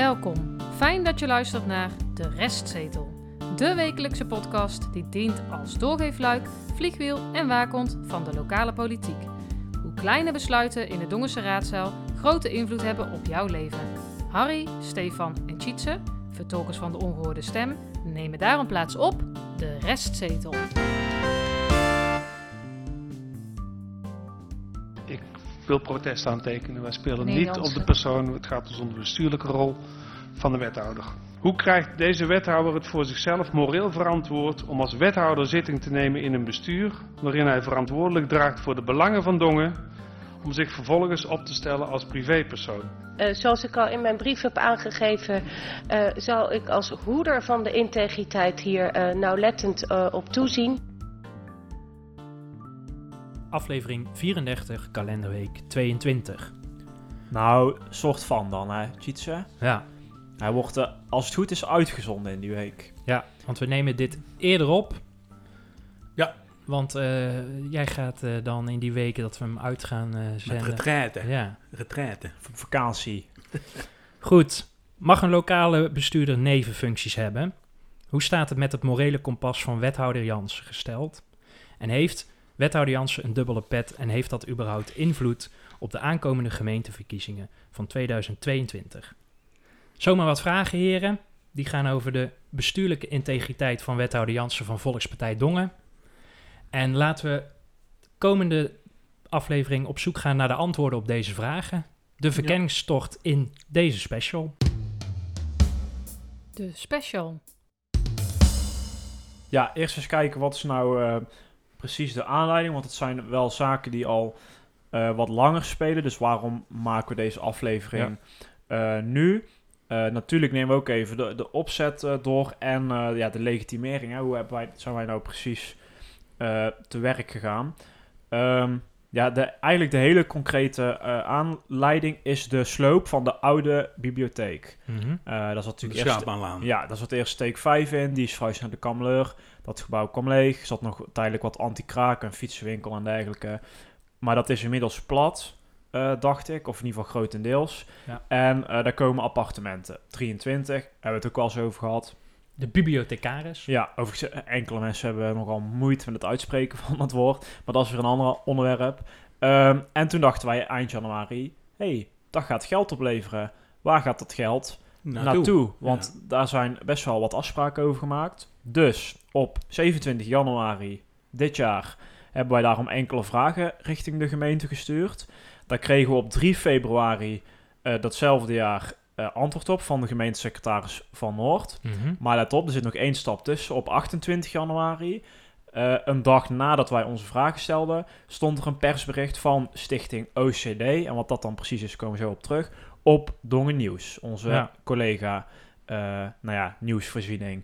Welkom, fijn dat je luistert naar De Restzetel. De wekelijkse podcast die dient als doorgeefluik, vliegwiel en waakhond van de lokale politiek. Hoe kleine besluiten in de Dongense raadzaal grote invloed hebben op jouw leven. Harry, Stefan en Tjitse, vertolkers van de ongehoorde stem, nemen daarom plaats op De Restzetel. Ik wil protest aantekenen. Wij spelen Nee, niet Jansen. op de persoon. Het gaat dus om de bestuurlijke rol van de wethouder. Hoe krijgt deze wethouder het voor zichzelf moreel verantwoord om als wethouder zitting te nemen in een bestuur waarin hij verantwoordelijk draagt voor de belangen van Dongen, om zich vervolgens op te stellen als privépersoon? Zoals ik al in mijn brief heb aangegeven, zal ik als hoeder van de integriteit hier nauwlettend op toezien. Aflevering 34, kalenderweek 22. Nou, soort van dan, hè, Tjitse. Ja, Hij wordt, als het goed is, uitgezonden in die week. want we nemen dit eerder op. Ja. Want jij gaat dan in die weken dat we hem uit gaan Met zenden. retraite. Ja, Retraite. Vakantie. goed. Mag een lokale bestuurder nevenfuncties hebben? Hoe staat het met het morele kompas van wethouder Jansen gesteld? En heeft wethouder Jansen een dubbele pet en heeft dat überhaupt invloed op de aankomende gemeenteverkiezingen van 2022? Zomaar wat vragen, heren. Die gaan over de bestuurlijke integriteit van wethouder Jansen van Volkspartij Dongen. En laten we de komende aflevering op zoek gaan naar de antwoorden op deze vragen. De verkenningstocht in deze special. De special. Ja, eerst eens kijken wat is nou precies de aanleiding. Want het zijn wel zaken die al wat langer spelen. Dus waarom maken we deze aflevering nu? Natuurlijk nemen we ook even de opzet door en de legitimering. Hè. Hoe zijn wij nou precies te werk gegaan? Eigenlijk de hele concrete aanleiding is de sloop van de oude bibliotheek. Dat is De natuurlijk eerst, Schaapbaanlaan. ja, daar zat eerst steek 5 in. Die is verhuisd naar de Kameleur. Dat gebouw kwam leeg. Er zat nog tijdelijk wat anti-kraak, een fietsenwinkel en dergelijke. Maar dat is inmiddels plat, dacht ik. Of in ieder geval grotendeels. Ja. En daar komen appartementen. 23, hebben we het ook al eens over gehad. De bibliothecaris. Ja, overigens, enkele mensen hebben nogal moeite met het uitspreken van het woord. Maar dat is weer een ander onderwerp. En toen dachten wij eind januari, dat gaat geld opleveren. Waar gaat dat geld naartoe? Want daar zijn best wel wat afspraken over gemaakt. Dus op 27 januari dit jaar hebben wij daarom enkele vragen richting de gemeente gestuurd. Daar kregen we op 3 februari datzelfde jaar antwoord op van de gemeentesecretaris van Noord. Maar let op, er zit nog 1 stap tussen. Op 28 januari, een dag nadat wij onze vragen stelden, stond er een persbericht van stichting OCD. En wat dat dan precies is, komen we zo op terug. Op Dongen Nieuws, onze collega nieuwsvoorziening.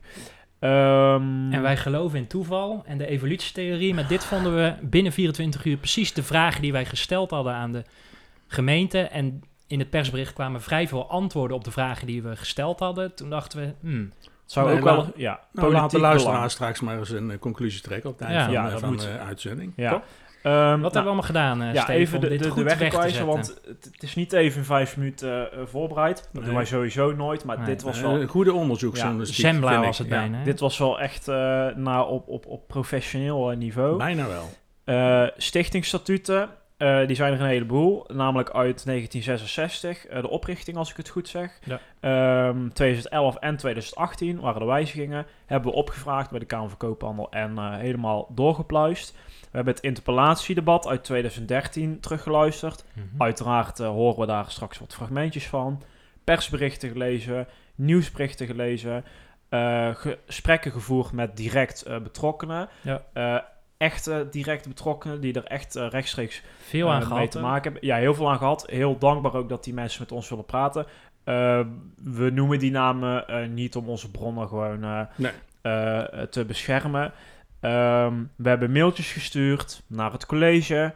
En wij geloven in toeval en de evolutietheorie. Maar dit vonden we binnen 24 uur precies de vragen die wij gesteld hadden aan de gemeente. En in het persbericht kwamen vrij veel antwoorden op de vragen die we gesteld hadden. Toen dachten we, Het zou Nee, ook wel... laat- Ja, Nou, laat de politiek luisteraar belang. straks maar eens een conclusie trekken op het Ja, eind dat van moet. de uitzending. Ja. Toch? wat hebben we allemaal gedaan, Ja, Steve, even om dit de goed weg te werkwijze, zetten? want het is niet even in 5 minuten voorbereid. Dat Nee. doen wij sowieso nooit, maar Nee. dit was wel... Een goede onderzoeksjournalistiek. Zembla vind ik. was het Ja, bijna. Hè? Dit was wel echt op professioneel niveau. Bijna wel. Stichtingsstatuten, die zijn er een heleboel. Namelijk uit 1966, de oprichting als ik het goed zeg. Ja. 2011 en 2018 waren de wijzigingen. Hebben we opgevraagd bij de Kamer van Koophandel en helemaal doorgepluist. We hebben het interpellatiedebat uit 2013 teruggeluisterd. Uiteraard horen we daar straks wat fragmentjes van. Persberichten gelezen, nieuwsberichten gelezen. Gesprekken gevoerd met direct betrokkenen. Ja. Echte direct betrokkenen die er echt rechtstreeks Veel aan mee gehad. te hè? maken hebben. Ja, heel veel aan gehad. Heel dankbaar ook dat die mensen met ons willen praten. We noemen die namen niet om onze bronnen gewoon te beschermen. We hebben mailtjes gestuurd naar het college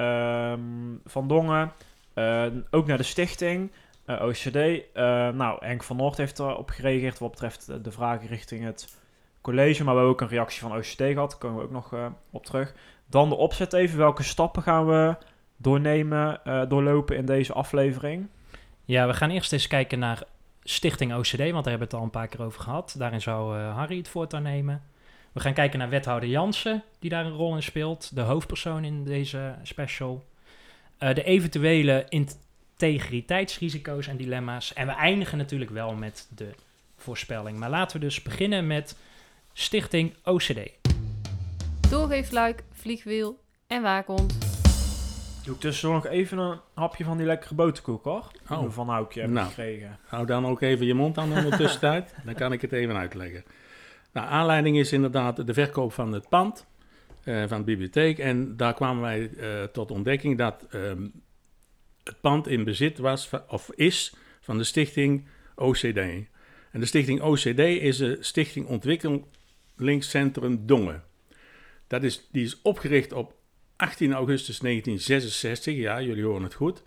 van Dongen. Ook naar de stichting, OCD. Henk van Noord heeft erop gereageerd wat betreft de vragen richting het college. Maar we hebben ook een reactie van OCD gehad. Daar komen we ook nog op terug. Dan de opzet even. Welke stappen gaan we doorlopen in deze aflevering? Ja, we gaan eerst eens kijken naar Stichting OCD, want daar hebben we het al een paar keer over gehad. Daarin zou Harry het voortouw nemen. We gaan kijken naar wethouder Jansen, die daar een rol in speelt. De hoofdpersoon in deze special. De eventuele integriteitsrisico's en dilemma's. En we eindigen natuurlijk wel met de voorspelling. Maar laten we dus beginnen met Stichting OCD. Doorgeefluik, vliegwiel en waakhond. Doe ik tussendoor nog even een hapje van die lekkere boterkoek, hoor. Oh. Die we van Houkje hebben gekregen. Hou dan ook even je mond aan in de tussentijd. Dan kan ik het even uitleggen. Nou, aanleiding is inderdaad de verkoop van het pand van de bibliotheek. En daar kwamen wij tot ontdekking dat het pand in bezit was of is van de stichting OCD. En de stichting OCD is de Stichting Ontwikkelingscentrum Dongen. Die is opgericht op 18 augustus 1966. Ja, jullie horen het goed.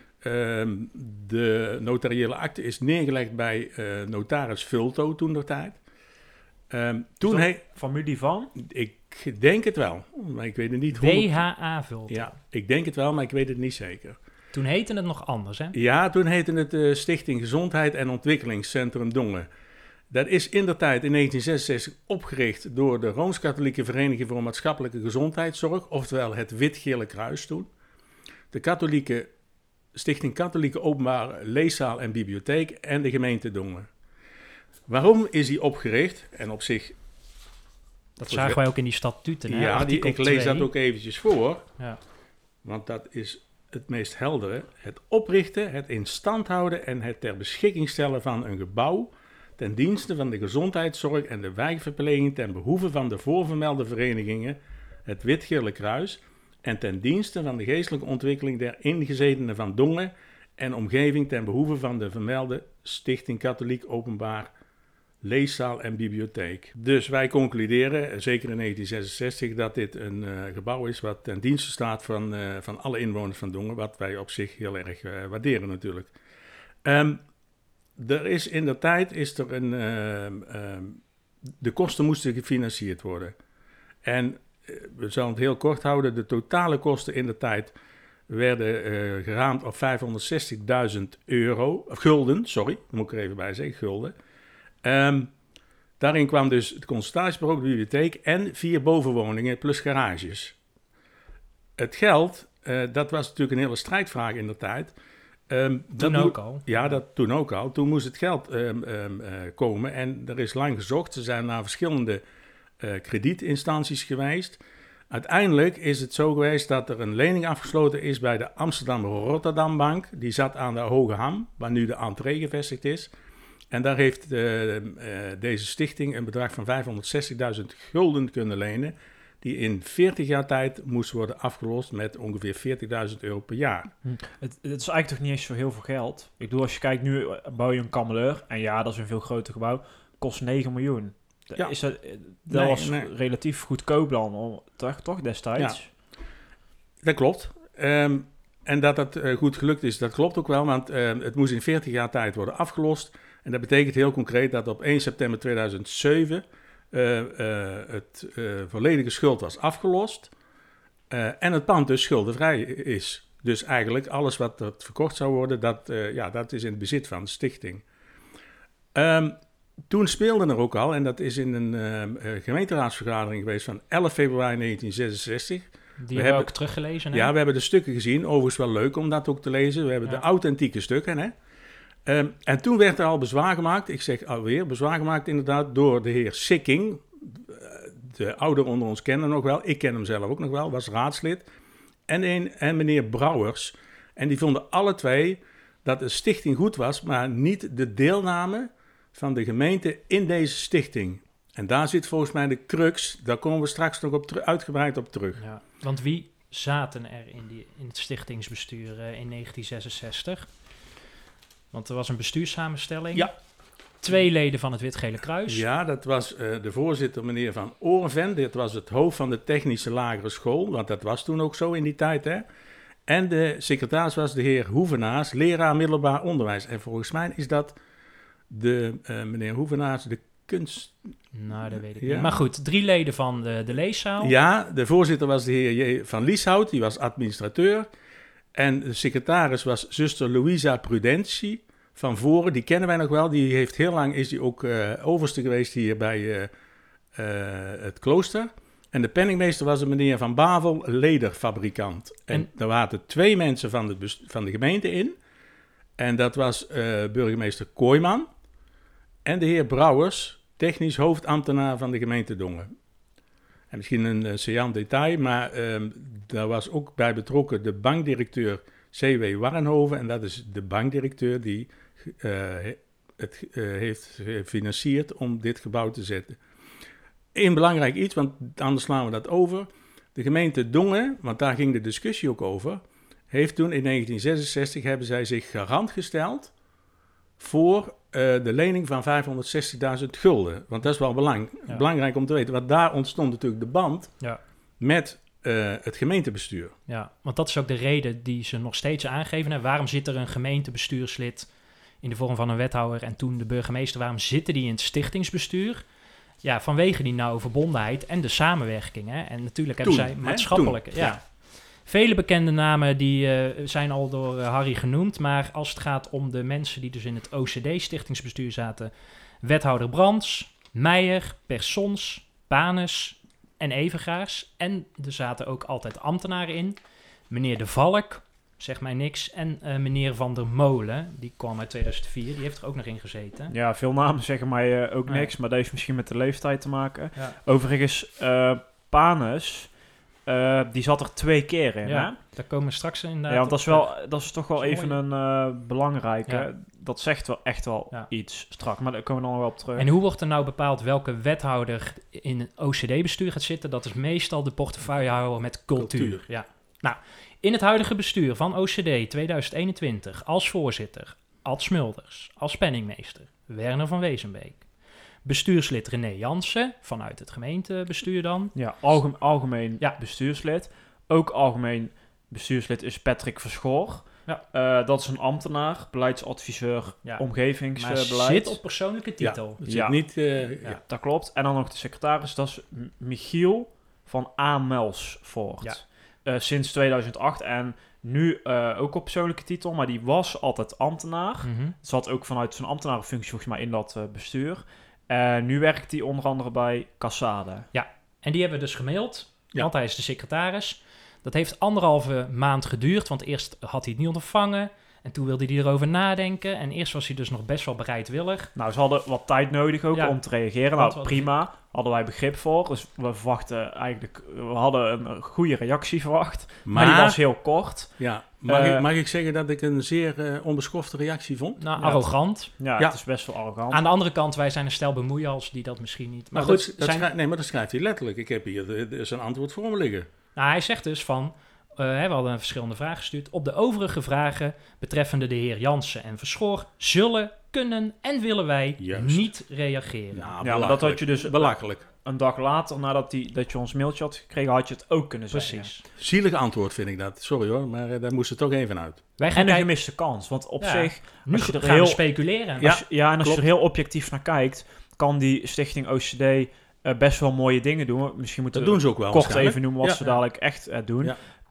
De notariële akte is neergelegd bij notaris Vulto toentertijd. Familie van? Ik denk het wel, maar ik weet het niet hoe. WHA Vulto. Ja, ik denk het wel, maar ik weet het niet zeker. Toen heette het nog anders, hè? Ja, toen heette het Stichting Gezondheid en Ontwikkelingscentrum Dongen. Dat is indertijd in 1966 opgericht door de Rooms-Katholieke Vereniging voor Maatschappelijke Gezondheidszorg, oftewel het Wit-Gele Kruis toen. De Stichting Katholieke Openbare Leeszaal en Bibliotheek en de gemeente Dongen. Waarom is die opgericht? En op zich... Dat zagen wij ook in die statuten, hè? Ja, ik lees dat ook eventjes voor. Ja. Want dat is het meest heldere. Het oprichten, het in stand houden en het ter beschikking stellen van een gebouw ten dienste van de gezondheidszorg en de wijkverpleging ten behoeve van de voorvermelde verenigingen, het Wit-Gele Kruis, en ten dienste van de geestelijke ontwikkeling der ingezetenen van Dongen en omgeving ten behoeve van de vermelde Stichting Katholiek Openbaar Leeszaal en Bibliotheek. Dus wij concluderen, zeker in 1966, dat dit een gebouw is wat ten dienste staat van alle inwoners van Dongen, wat wij op zich heel erg waarderen natuurlijk. De kosten moesten gefinancierd worden. En we zullen het heel kort houden. De totale kosten in de tijd werden geraamd op gulden, moet ik er even bij zeggen, gulden. Daarin kwam dus het consultatiebureau, de bibliotheek en 4 bovenwoningen plus garages. Het geld, dat was natuurlijk een hele strijdvraag in de tijd. Toen ook al. Ja, dat toen ook al. Toen moest het geld komen en er is lang gezocht. Ze zijn naar verschillende kredietinstanties geweest. Uiteindelijk is het zo geweest dat er een lening afgesloten is bij de Amsterdam-Rotterdam Bank. Die zat aan de Hoge Ham, waar nu de Entree gevestigd is. En daar heeft deze stichting een bedrag van 560.000 gulden kunnen lenen, die in 40 jaar tijd moest worden afgelost met ongeveer €40.000 per jaar. Het is eigenlijk toch niet eens zo heel veel geld. Ik bedoel, als je kijkt, nu bouw je een kameleur. En ja, dat is een veel groter gebouw. Kost 9 miljoen. Ja. Dat was relatief goedkoop dan, toch destijds? Ja. Dat klopt. En dat dat goed gelukt is, dat klopt ook wel. Want het moest in 40 jaar tijd worden afgelost. En dat betekent heel concreet dat op 1 september 2007... het volledige schuld was afgelost en het pand dus schuldenvrij is. Dus eigenlijk alles wat er verkocht zou worden, dat is in het bezit van de stichting. Toen speelde er ook al, en dat is in een gemeenteraadsvergadering geweest van 11 februari 1966. Die hebben we ook teruggelezen, hè? Ja, we hebben de stukken gezien. Overigens wel leuk om dat ook te lezen. We hebben de authentieke stukken, hè. En toen werd er al bezwaar gemaakt, ik zeg alweer, bezwaar gemaakt inderdaad door de heer Sikking. De ouderen onder ons kennen hem nog wel, ik ken hem zelf ook nog wel, was raadslid. En meneer Brouwers. En die vonden alle twee dat de stichting goed was, maar niet de deelname van de gemeente in deze stichting. En daar zit volgens mij de crux, daar komen we straks nog uitgebreid op terug. Ja, want wie zaten er in het stichtingsbestuur in 1966? Want er was een bestuurssamenstelling. Ja. 2 leden van het Wit-Gele Kruis. Ja, dat was de voorzitter, meneer Van Orenven. Dit was het hoofd van de technische lagere school, want dat was toen ook zo in die tijd, hè. En de secretaris was de heer Hoevenaars, leraar middelbaar onderwijs. En volgens mij is dat meneer Hoevenaars de kunst... Nou, dat weet ik niet. Maar goed, 3 leden van de leeszaal. Ja, de voorzitter was de heer J. van Lieshout, die was administrateur. En de secretaris was zuster Louisa Prudentie van voren, die kennen wij nog wel. Die heeft heel lang, is die ook overste geweest hier bij het klooster. En de penningmeester was een meneer Van Bavel, lederfabrikant. En er waren 2 mensen van de gemeente in. En dat was burgemeester Kooijman en de heer Brouwers, technisch hoofdambtenaar van de gemeente Dongen. En misschien een saillant detail, maar daar was ook bij betrokken de bankdirecteur C.W. Warrenhoven. En dat is de bankdirecteur die het heeft gefinancierd om dit gebouw te zetten. Eén belangrijk iets, want anders slaan we dat over. De gemeente Dongen, want daar ging de discussie ook over, heeft toen in 1966 hebben zij zich garant gesteld voor de lening van 560.000 gulden. Want dat is wel belangrijk om te weten. Want daar ontstond natuurlijk de band met het gemeentebestuur. Ja, want dat is ook de reden die ze nog steeds aangeven. En waarom zit er een gemeentebestuurslid in de vorm van een wethouder en toen de burgemeester? Waarom zitten die in het stichtingsbestuur? Ja, vanwege die nauwe verbondenheid en de samenwerking. Hè? En natuurlijk hebben zij maatschappelijke... Ja. Vele bekende namen die zijn al door Harry genoemd. Maar als het gaat om de mensen die dus in het OCD-stichtingsbestuur zaten... wethouder Brands, Meijer, Persons, Panes en Evengaars. En er zaten ook altijd ambtenaren in. Meneer De Valk, zegt mij niks. En meneer Van der Molen, die kwam uit 2004. Die heeft er ook nog in gezeten. Ja, veel namen zeggen mij ook niks. Maar dat heeft misschien met de leeftijd te maken. Ja. Overigens, Panes... die zat er 2 keer in, Ja, hè? daar komen we straks inderdaad. Ja, want dat is toch wel even een belangrijke. Ja. Dat zegt wel echt wel iets strak. Maar daar komen we dan wel op terug. En hoe wordt er nou bepaald welke wethouder in een OCD-bestuur gaat zitten? Dat is meestal de portefeuillehouder met cultuur. Ja. Nou, in het huidige bestuur van OCD 2021 als voorzitter Ad Smulders, als penningmeester Werner van Wezenbeek. Bestuurslid René Jansen, vanuit het gemeentebestuur dan. Ja, algemeen bestuurslid. Ook algemeen bestuurslid is Patrick Verschoor. Ja. Dat is een ambtenaar, beleidsadviseur, omgevingsbeleid. Maar zit op persoonlijke titel. Ja, zit niet... Dat klopt. En dan nog de secretaris, dat is Michiel van Amersfoort. Ja. Sinds 2008 en nu ook op persoonlijke titel, maar die was altijd ambtenaar. Mm-hmm. Zat ook vanuit zijn ambtenarenfunctie volgens mij in dat bestuur. Nu werkt hij onder andere bij Cassade. Ja, en die hebben we dus gemaild, Ja. want hij is de secretaris. Dat heeft 1,5 maand geduurd, want eerst had hij het niet ontvangen. En toen wilde hij erover nadenken. En eerst was hij dus nog best wel bereidwillig. Nou, ze hadden wat tijd nodig ook om te reageren. Nou, Want prima. Hadden wij begrip voor. Dus we verwachten eigenlijk... We hadden een goede reactie verwacht. Maar die was heel kort. Ja, mag ik zeggen dat ik een zeer onbeschofte reactie vond? Nou, arrogant. Ja, het is best wel arrogant. Aan de andere kant, wij zijn een stel bemoeials die dat misschien niet... Maar goed, maar dat schrijft hij letterlijk. Ik heb hier zijn antwoord voor me liggen. Nou, hij zegt dus van... we hadden een verschillende vragen gestuurd. Op de overige vragen betreffende de heer Jansen en Verschoor... zullen, kunnen en willen wij niet reageren. Ja, maar dat had je dus belachelijk. Een dag later, nadat dat je ons mailtje had gekregen, had je het ook kunnen zeggen. Precies. Zielig antwoord vind ik dat. Sorry hoor, maar daar moest er toch even uit. Wij gaan en een gemiste kans, want op zich... Nu als je er gaan we speculeren. En als je er heel objectief naar kijkt, kan die stichting OCD best wel mooie dingen doen. Misschien moeten dat doen ze ook wel. Kort even noemen wat ze dadelijk echt doen.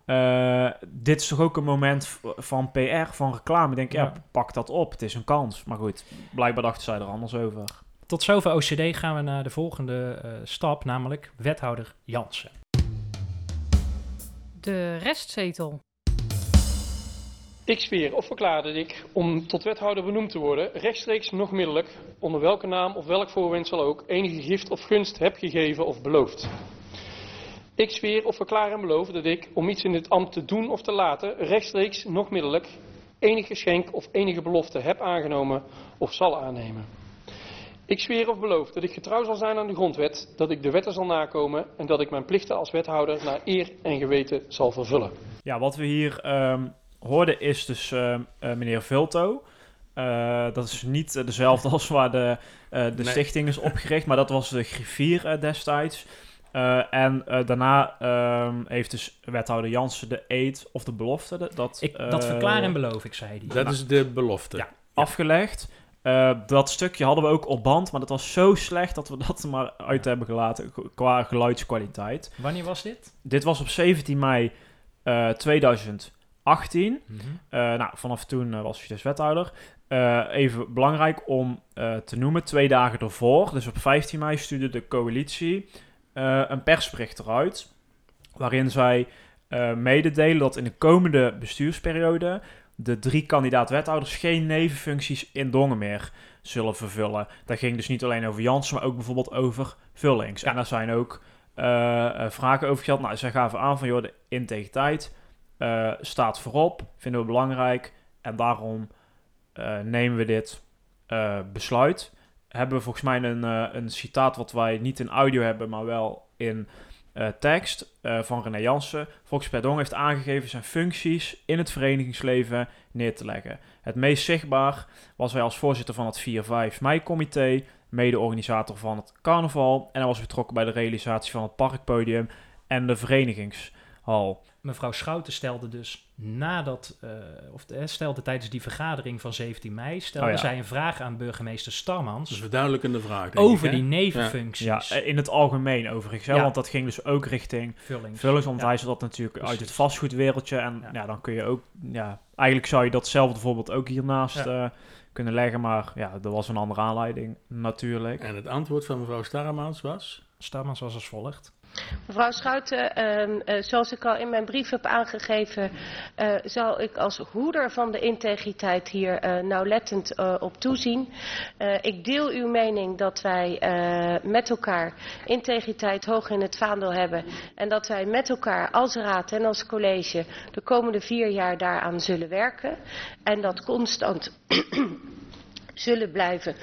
Ja. Dit is toch ook een moment van PR, van reclame. Ik denk, pak dat op. Het is een kans. Maar goed, blijkbaar dachten zij er anders over. Tot zover OCD gaan we naar de volgende stap, namelijk wethouder Jansen. De restzetel. Ik zweer of verklaarde ik om tot wethouder benoemd te worden, rechtstreeks nog middelijk, onder welke naam of welk voorwendsel ook, enige gift of gunst heb gegeven of beloofd. Ik zweer of verklaar en beloof dat ik, om iets in dit ambt te doen of te laten, rechtstreeks nog middelijk, enig geschenk of enige belofte heb aangenomen of zal aannemen. Ik zweer of beloof dat ik getrouw zal zijn aan de grondwet, dat ik de wetten zal nakomen en dat ik mijn plichten als wethouder naar eer en geweten zal vervullen. Ja, wat we hier hoorden is dus meneer Vulto. Dat is niet dezelfde als waar de stichting is opgericht, maar dat was de griffier destijds. En daarna heeft dus wethouder Jansen de eed of de belofte. Dat verklaar en beloof ik, zei hij. Dat is de belofte. Ja, afgelegd. Dat stukje hadden we ook op band, maar dat was zo slecht dat we dat er maar uit hebben gelaten qua geluidskwaliteit. Wanneer was dit? Dit was op 17 mei 2018. 2018. Vanaf toen was hij dus wethouder. Even belangrijk om te noemen, 2 dagen ervoor, dus op 15 mei stuurde de coalitie een persbericht eruit, waarin zij mededelen dat in de komende bestuursperiode de 3 kandidaat-wethouders geen nevenfuncties in Dongen meer zullen vervullen. Dat ging dus niet alleen over Jansen, maar ook bijvoorbeeld over Vullings. Ja. En daar zijn ook vragen over gehad. Nou, zij gaven aan van, joh, de integriteit staat voorop, vinden we belangrijk. En daarom nemen we dit besluit. Hebben we volgens mij een citaat wat wij niet in audio hebben, maar wel in tekst van René Jansen. Volkspartij Dongen heeft aangegeven zijn functies in het verenigingsleven neer te leggen. Het meest zichtbaar was hij als voorzitter van het 4-5 mei-comité, mede-organisator van het carnaval, en hij was betrokken bij de realisatie van het parkpodium en de verenigingshal. Mevrouw Schouten stelde dus stelde tijdens die vergadering van 17 mei, zij een vraag aan burgemeester Starmans. Dat is een verduidelijkende vraag, over die nevenfuncties. Ja, in het algemeen overigens, want dat ging dus ook richting Vullings, want hij zat dat natuurlijk uit het vastgoedwereldje. En dan kun je ook, eigenlijk zou je datzelfde voorbeeld ook hiernaast kunnen leggen, maar er was een andere aanleiding natuurlijk. En het antwoord van mevrouw Starmans was? Starmans was als volgt. Mevrouw Schouten, zoals ik al in mijn brief heb aangegeven, zal ik als hoeder van de integriteit hier nauwlettend op toezien. Ik deel uw mening dat wij met elkaar integriteit hoog in het vaandel hebben en dat wij met elkaar als raad en als college de komende 4 jaar daaraan zullen werken en dat constant zullen blijven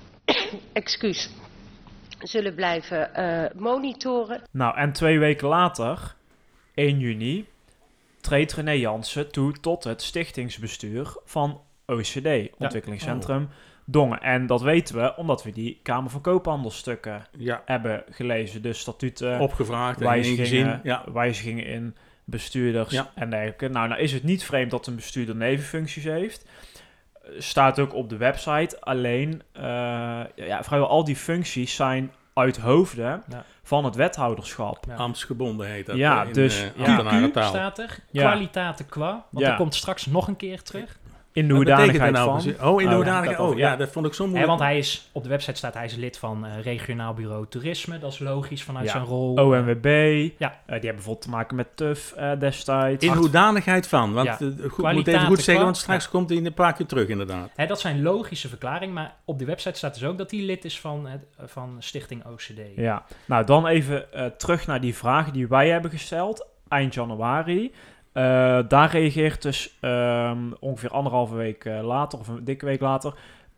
zullen blijven monitoren. Nou, en 2 weken later, 1 juni, treedt René Jansen toe tot het stichtingsbestuur van OCD, Ontwikkelingscentrum Dongen. En dat weten we omdat we die Kamer van Koophandelsstukken hebben gelezen. Dus statuten, opgevraagd en wijzigingen in bestuurders en dergelijke. Nou is het niet vreemd dat een bestuurder nevenfuncties heeft. Staat ook op de website. Alleen, vrijwel al die functies zijn uit hoofden van het wethouderschap. Ja. Ambtsgebonden heet dat. Ja, dus ambtenarentaal. Staat er. Kwalitaten qua. Want dat komt straks nog een keer terug. In de hoedanigheid van. In de hoedanigheid. Dat vond ik zo moeilijk. Want hij is, op de website staat hij is lid van regionaal bureau toerisme. Dat is logisch vanuit zijn rol. ONWB. Die hebben bijvoorbeeld te maken met TUF destijds. In hoedanigheid van. Want moet even goed zeggen, want straks komt hij een paar keer terug inderdaad. Dat zijn logische verklaringen. Maar op de website staat dus ook dat hij lid is van Stichting OCD. Ja. Nou, dan even terug naar die vraag die wij hebben gesteld eind januari. Daar reageert dus ongeveer 1,5 week later, of een dikke week later,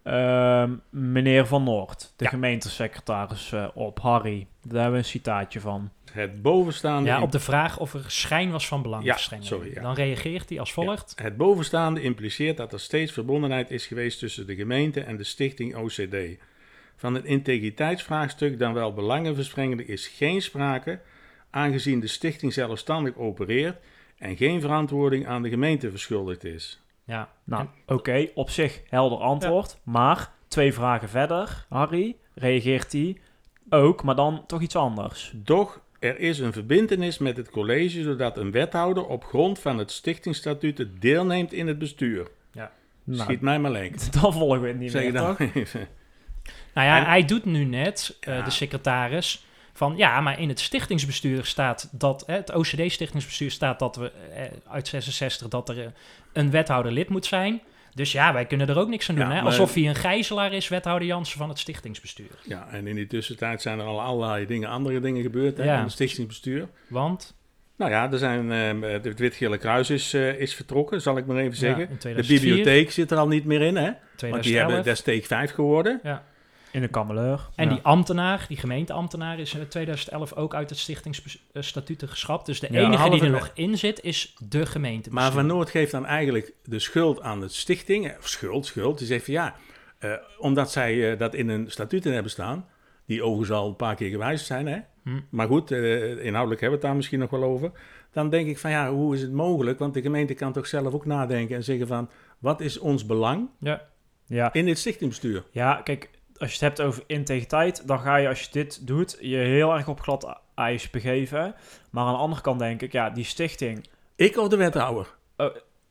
meneer Van Noort, de gemeentesecretaris op Harry. Daar hebben we een citaatje van. Het bovenstaande... op de vraag of er schijn was van belangverstrengeling. Dan reageert hij als volgt. Het bovenstaande impliceert dat er steeds verbondenheid is geweest tussen de gemeente en de stichting OCD. Van het integriteitsvraagstuk dan wel belangenverstrengeling is geen sprake, aangezien de stichting zelfstandig opereert en geen verantwoording aan de gemeente verschuldigd is. Ja, oké, op zich helder antwoord. Maar 2 vragen verder, Harry, reageert hij ook, maar dan toch iets anders. Doch er is een verbintenis met het college, zodat een wethouder op grond van het stichtingsstatuut deelneemt in het bestuur. Ja. Schiet mij maar leek. Dan volgen we het niet meer, toch? Even. Hij doet nu net, de secretaris, van maar in het stichtingsbestuur staat dat, het OCD-stichtingsbestuur staat dat we uit 66 dat er een wethouder lid moet zijn. Dus wij kunnen er ook niks aan doen. Hè? Alsof hij een gijzelaar is, wethouder Jansen van het stichtingsbestuur. Ja, en in die tussentijd zijn er al allerlei andere dingen gebeurd in het stichtingsbestuur. Want? Er zijn, het Wit-Gele Kruis is vertrokken, zal ik maar even zeggen. De bibliotheek zit er al niet meer in, hè? 2011. Want die hebben Steek 5 geworden. Ja. In de Kameleur. En die ambtenaar, die gemeenteambtenaar, is in 2011 ook uit het stichtingsstatuten geschrapt. Dus de enige die er nog in zit, is de gemeente. Maar Van Noort geeft dan eigenlijk de schuld aan de stichting. Schuld. Die zegt van omdat zij dat in hun statuten hebben staan, die overigens al een paar keer gewijzigd zijn, hè? Maar goed, inhoudelijk hebben we het daar misschien nog wel over. Dan denk ik van hoe is het mogelijk? Want de gemeente kan toch zelf ook nadenken en zeggen van, wat is ons belang in dit stichtingsbestuur? Ja, kijk, als je het hebt over integriteit, dan ga je, als je dit doet, je heel erg op glad ijs begeven. Maar aan de andere kant denk ik, die stichting... Ik of de wethouder?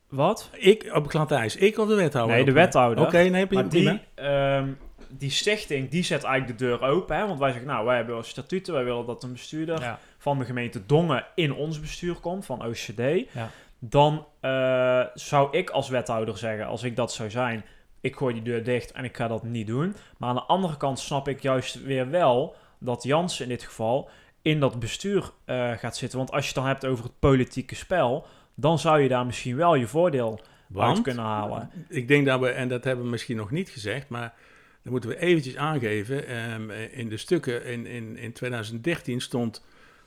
Wat? Op Gladijs. Ik of de wethouder? Nee, de wethouder. Oké, nee, prima. Maar die stichting, die zet eigenlijk de deur open. Hè? Want wij zeggen, nou, wij hebben wel statuten. Wij willen dat een bestuurder van de gemeente Dongen in ons bestuur komt, van OCD. Ja. Dan zou ik als wethouder zeggen, als ik dat zou zijn, ik gooi die deur dicht en ik ga dat niet doen. Maar aan de andere kant snap ik juist weer wel dat Jansen in dit geval in dat bestuur gaat zitten. Want als je het dan hebt over het politieke spel, dan zou je daar misschien wel je voordeel uit kunnen halen. Ik denk dat we, en dat hebben we misschien nog niet gezegd, maar dan moeten we eventjes aangeven. In de stukken in 2013 stond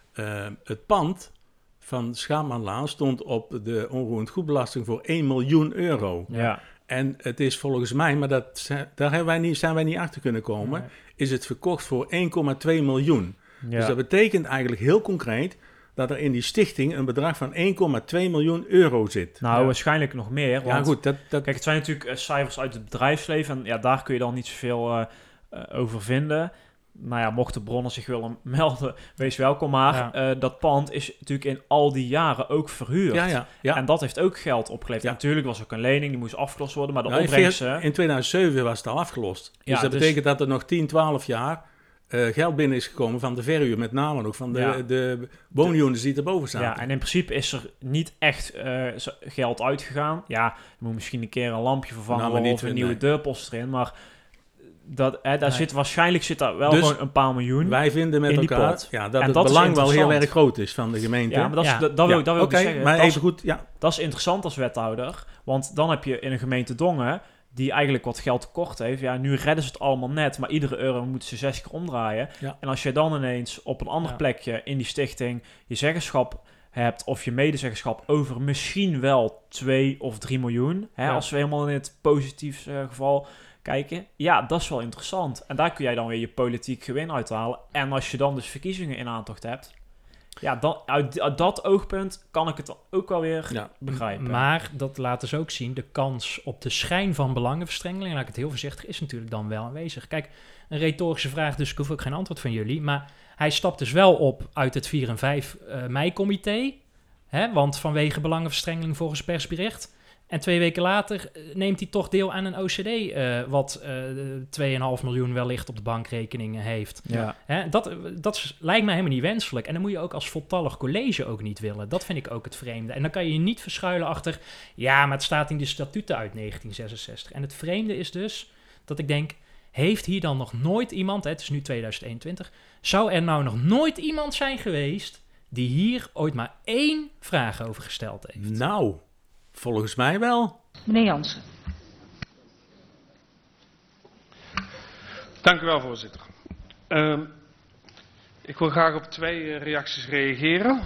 het pand van Schaapmanlaan stond op de onroerend goedbelasting voor 1 miljoen euro. Ja. En het is volgens mij, maar daar zijn wij niet achter kunnen komen, is het verkocht voor 1,2 miljoen. Ja. Dus dat betekent eigenlijk heel concreet dat er in die stichting een bedrag van 1,2 miljoen euro zit. Nou, waarschijnlijk nog meer. Want, ja, goed. Kijk, het zijn natuurlijk cijfers uit het bedrijfsleven. En ja, daar kun je dan niet zoveel over vinden. Nou ja, mochten bronnen zich willen melden, wees welkom. Maar dat pand is natuurlijk in al die jaren ook verhuurd. Ja. En dat heeft ook geld opgeleverd. Ja. Natuurlijk was ook een lening, die moest afgelost worden. Maar de opbrengsten... In 2007 was het al afgelost. Dus Ja, dat betekent dat er nog 10, 12 jaar geld binnen is gekomen van de verhuur. Met name ook van de woonunits die erboven staan. Ja, en in principe is er niet echt geld uitgegaan. Ja, je moet misschien een keer een lampje vervangen of een nieuwe deurpost erin. Maar waarschijnlijk zit daar wel dus gewoon een paar miljoen. Wij vinden met elkaar dat het belang wel heel erg groot is van de gemeente. Ja, maar dat wil ik dus zeggen. Maar even goed, dat is interessant als wethouder. Want dan heb je in een gemeente Dongen, die eigenlijk wat geld tekort heeft. Ja, nu redden ze het allemaal net, maar iedere euro moeten ze 6 keer omdraaien. Ja. En als je dan ineens op een ander plekje in die stichting je zeggenschap hebt, of je medezeggenschap over misschien wel 2 of 3 miljoen, als we helemaal in het positief geval kijken. Ja, dat is wel interessant. En daar kun jij dan weer je politiek gewin uithalen. En als je dan dus verkiezingen in aantocht hebt, ja, dan, uit dat oogpunt kan ik het ook wel weer begrijpen. Maar dat laat dus ook zien, de kans op de schijn van belangenverstrengeling, laat ik het heel voorzichtig, is natuurlijk dan wel aanwezig. Kijk, een retorische vraag, dus ik hoef ook geen antwoord van jullie, maar hij stapt dus wel op uit het 4 en 5 mei-comité, want vanwege belangenverstrengeling volgens persbericht. En 2 weken later neemt hij toch deel aan een OCD... wat 2,5 miljoen wellicht op de bankrekeningen heeft. Ja. Dat lijkt mij helemaal niet wenselijk. En dan moet je ook als voltallig college ook niet willen. Dat vind ik ook het vreemde. En dan kan je je niet verschuilen achter... ja, maar het staat in de statuten uit 1966. En het vreemde is dus dat ik denk... heeft hier dan nog nooit iemand... het is nu 2021... zou er nou nog nooit iemand zijn geweest... die hier ooit maar 1 vraag over gesteld heeft? Nou... Volgens mij wel. Meneer Jansen. Dank u wel, voorzitter. Ik wil graag op 2 reacties reageren.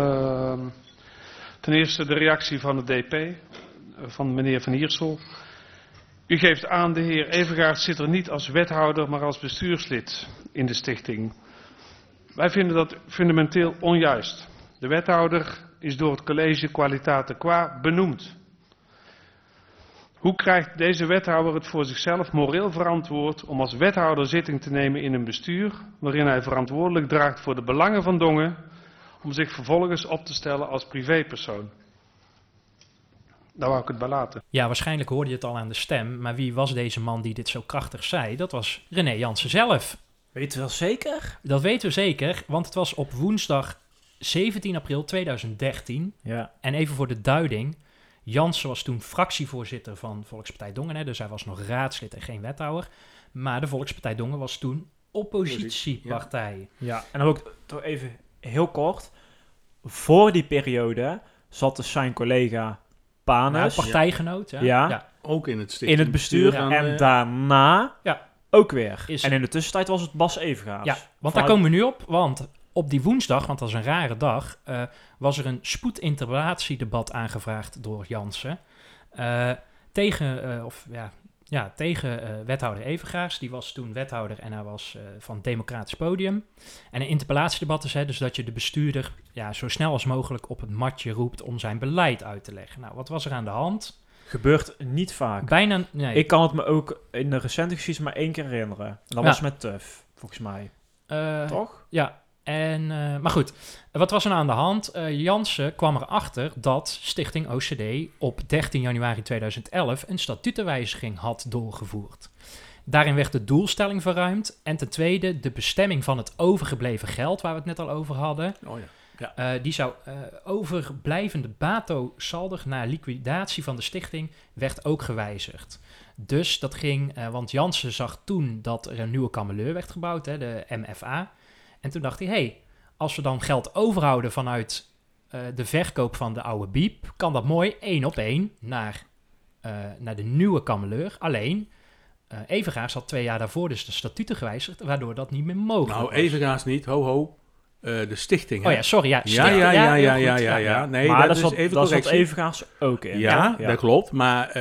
Ten eerste de reactie van de DP, van meneer Van Hiersel. U geeft aan, de heer Evergaert zit er niet als wethouder, maar als bestuurslid in de stichting. Wij vinden dat fundamenteel onjuist. De wethouder is door het college Qualitate Qua benoemd. Hoe krijgt deze wethouder het voor zichzelf moreel verantwoord om als wethouder zitting te nemen in een bestuur waarin hij verantwoordelijk draagt voor de belangen van Dongen, om zich vervolgens op te stellen als privépersoon? Daar wou ik het bij laten. Ja, waarschijnlijk hoorde je het al aan de stem, maar wie was deze man die dit zo krachtig zei? Dat was René Jansen zelf. Weet je wel zeker? Dat weten we zeker, want het was op woensdag 17 april 2013. Ja. En even voor de duiding. Jansen was toen fractievoorzitter van Volkspartij Dongen. Dus hij was nog raadslid en geen wethouder. Maar de Volkspartij Dongen was toen oppositiepartij. Ja, en dan ook toch even heel kort. Voor die periode zat dus zijn collega Panes. Partijgenoot. Ja. Ook in het in het bestuur. En daarna ook weer. En in de tussentijd was het Bas Evergaert. Ja, want daar komen we nu op. Want op die woensdag, want dat is een rare dag, was er een spoedinterpellatiedebat aangevraagd door Jansen tegen wethouder Evergaert. Die was toen wethouder en hij was van het Democratisch Podium. En een interpellatiedebat is dus dat je de bestuurder zo snel als mogelijk op het matje roept om zijn beleid uit te leggen. Nou, wat was er aan de hand? Gebeurt niet vaak. Bijna, nee. Ik kan het me ook in de recente geschiedenis maar 1 keer herinneren. Dat was met TUF, volgens mij. Toch? Maar goed, wat was er nou aan de hand? Jansen kwam erachter dat Stichting OCD op 13 januari 2011 een statutenwijziging had doorgevoerd. Daarin werd de doelstelling verruimd en ten tweede de bestemming van het overgebleven geld, waar we het net al over hadden. Oh ja. Die zou overblijvende bato saldo na liquidatie van de stichting werd ook gewijzigd. Dus dat ging, want Jansen zag toen dat er een nieuwe kameleur werd gebouwd, hè, de MFA. En toen dacht hij, als we dan geld overhouden vanuit de verkoop van de oude biep, kan dat mooi 1 op 1 naar de nieuwe kameleur. Alleen, Evengaars had 2 jaar daarvoor dus de statuten gewijzigd, waardoor dat niet meer mogelijk was. Nou, Evengaars niet, de stichting. Hè? Oh ja, sorry, ja. Ja. Nee, maar dat is even dat correctie. zat Evengaars ook in. Ja, dat klopt. Maar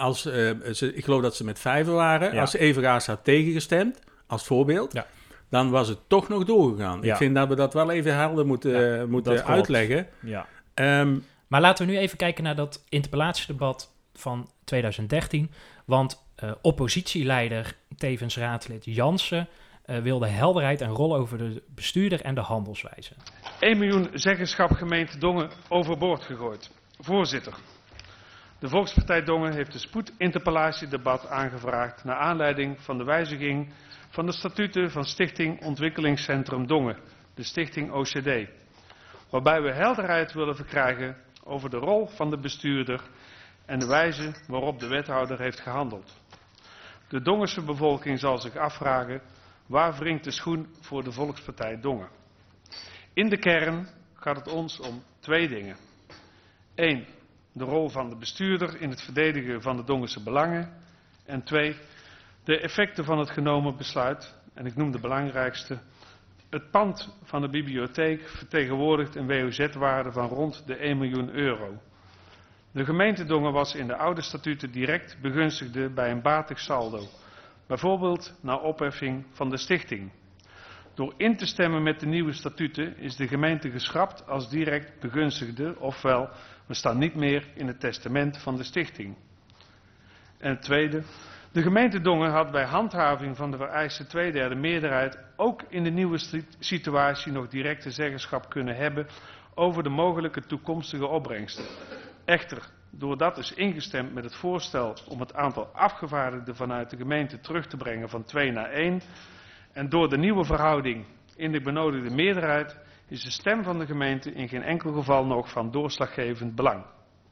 ik geloof dat ze met 5 waren. Ja. Als Evengaars had tegengestemd, als voorbeeld, dan was het toch nog doorgegaan. Ja. Ik vind dat we dat wel even helder moeten uitleggen. Ja. Maar laten we nu even kijken naar dat interpellatiedebat van 2013. Want oppositieleider, tevens raadslid Jansen, wilde helderheid en rol over de bestuurder en de handelswijze. 1 miljoen zeggenschap gemeente Dongen overboord gegooid. Voorzitter, de Volkspartij Dongen heeft een spoedinterpellatiedebat aangevraagd naar aanleiding van de wijziging van de statuten van Stichting Ontwikkelingscentrum Dongen, de Stichting OCD. Waarbij we helderheid willen verkrijgen over de rol van de bestuurder en de wijze waarop de wethouder heeft gehandeld. De Dongense bevolking zal zich afvragen, waar wringt de schoen voor de Volkspartij Dongen? In de kern gaat het ons om 2 dingen. 1. De rol van de bestuurder in het verdedigen van de Dongense belangen. En 2. De effecten van het genomen besluit. En ik noem de belangrijkste. Het pand van de bibliotheek vertegenwoordigt een WOZ-waarde van rond de 1 miljoen euro. De gemeente Dongen was in de oude statuten direct begunstigde bij een batig saldo. Bijvoorbeeld na opheffing van de stichting. Door in te stemmen met de nieuwe statuten is de gemeente geschrapt als direct begunstigde, ofwel we staan niet meer in het testament van de stichting. En het tweede, de gemeente Dongen had bij handhaving van de vereiste 2/3 meerderheid ook in de nieuwe situatie nog directe zeggenschap kunnen hebben over de mogelijke toekomstige opbrengsten. Echter, doordat is ingestemd met het voorstel om het aantal afgevaardigden vanuit de gemeente terug te brengen van 2 naar 1... en door de nieuwe verhouding in de benodigde meerderheid is de stem van de gemeente in geen enkel geval nog van doorslaggevend belang.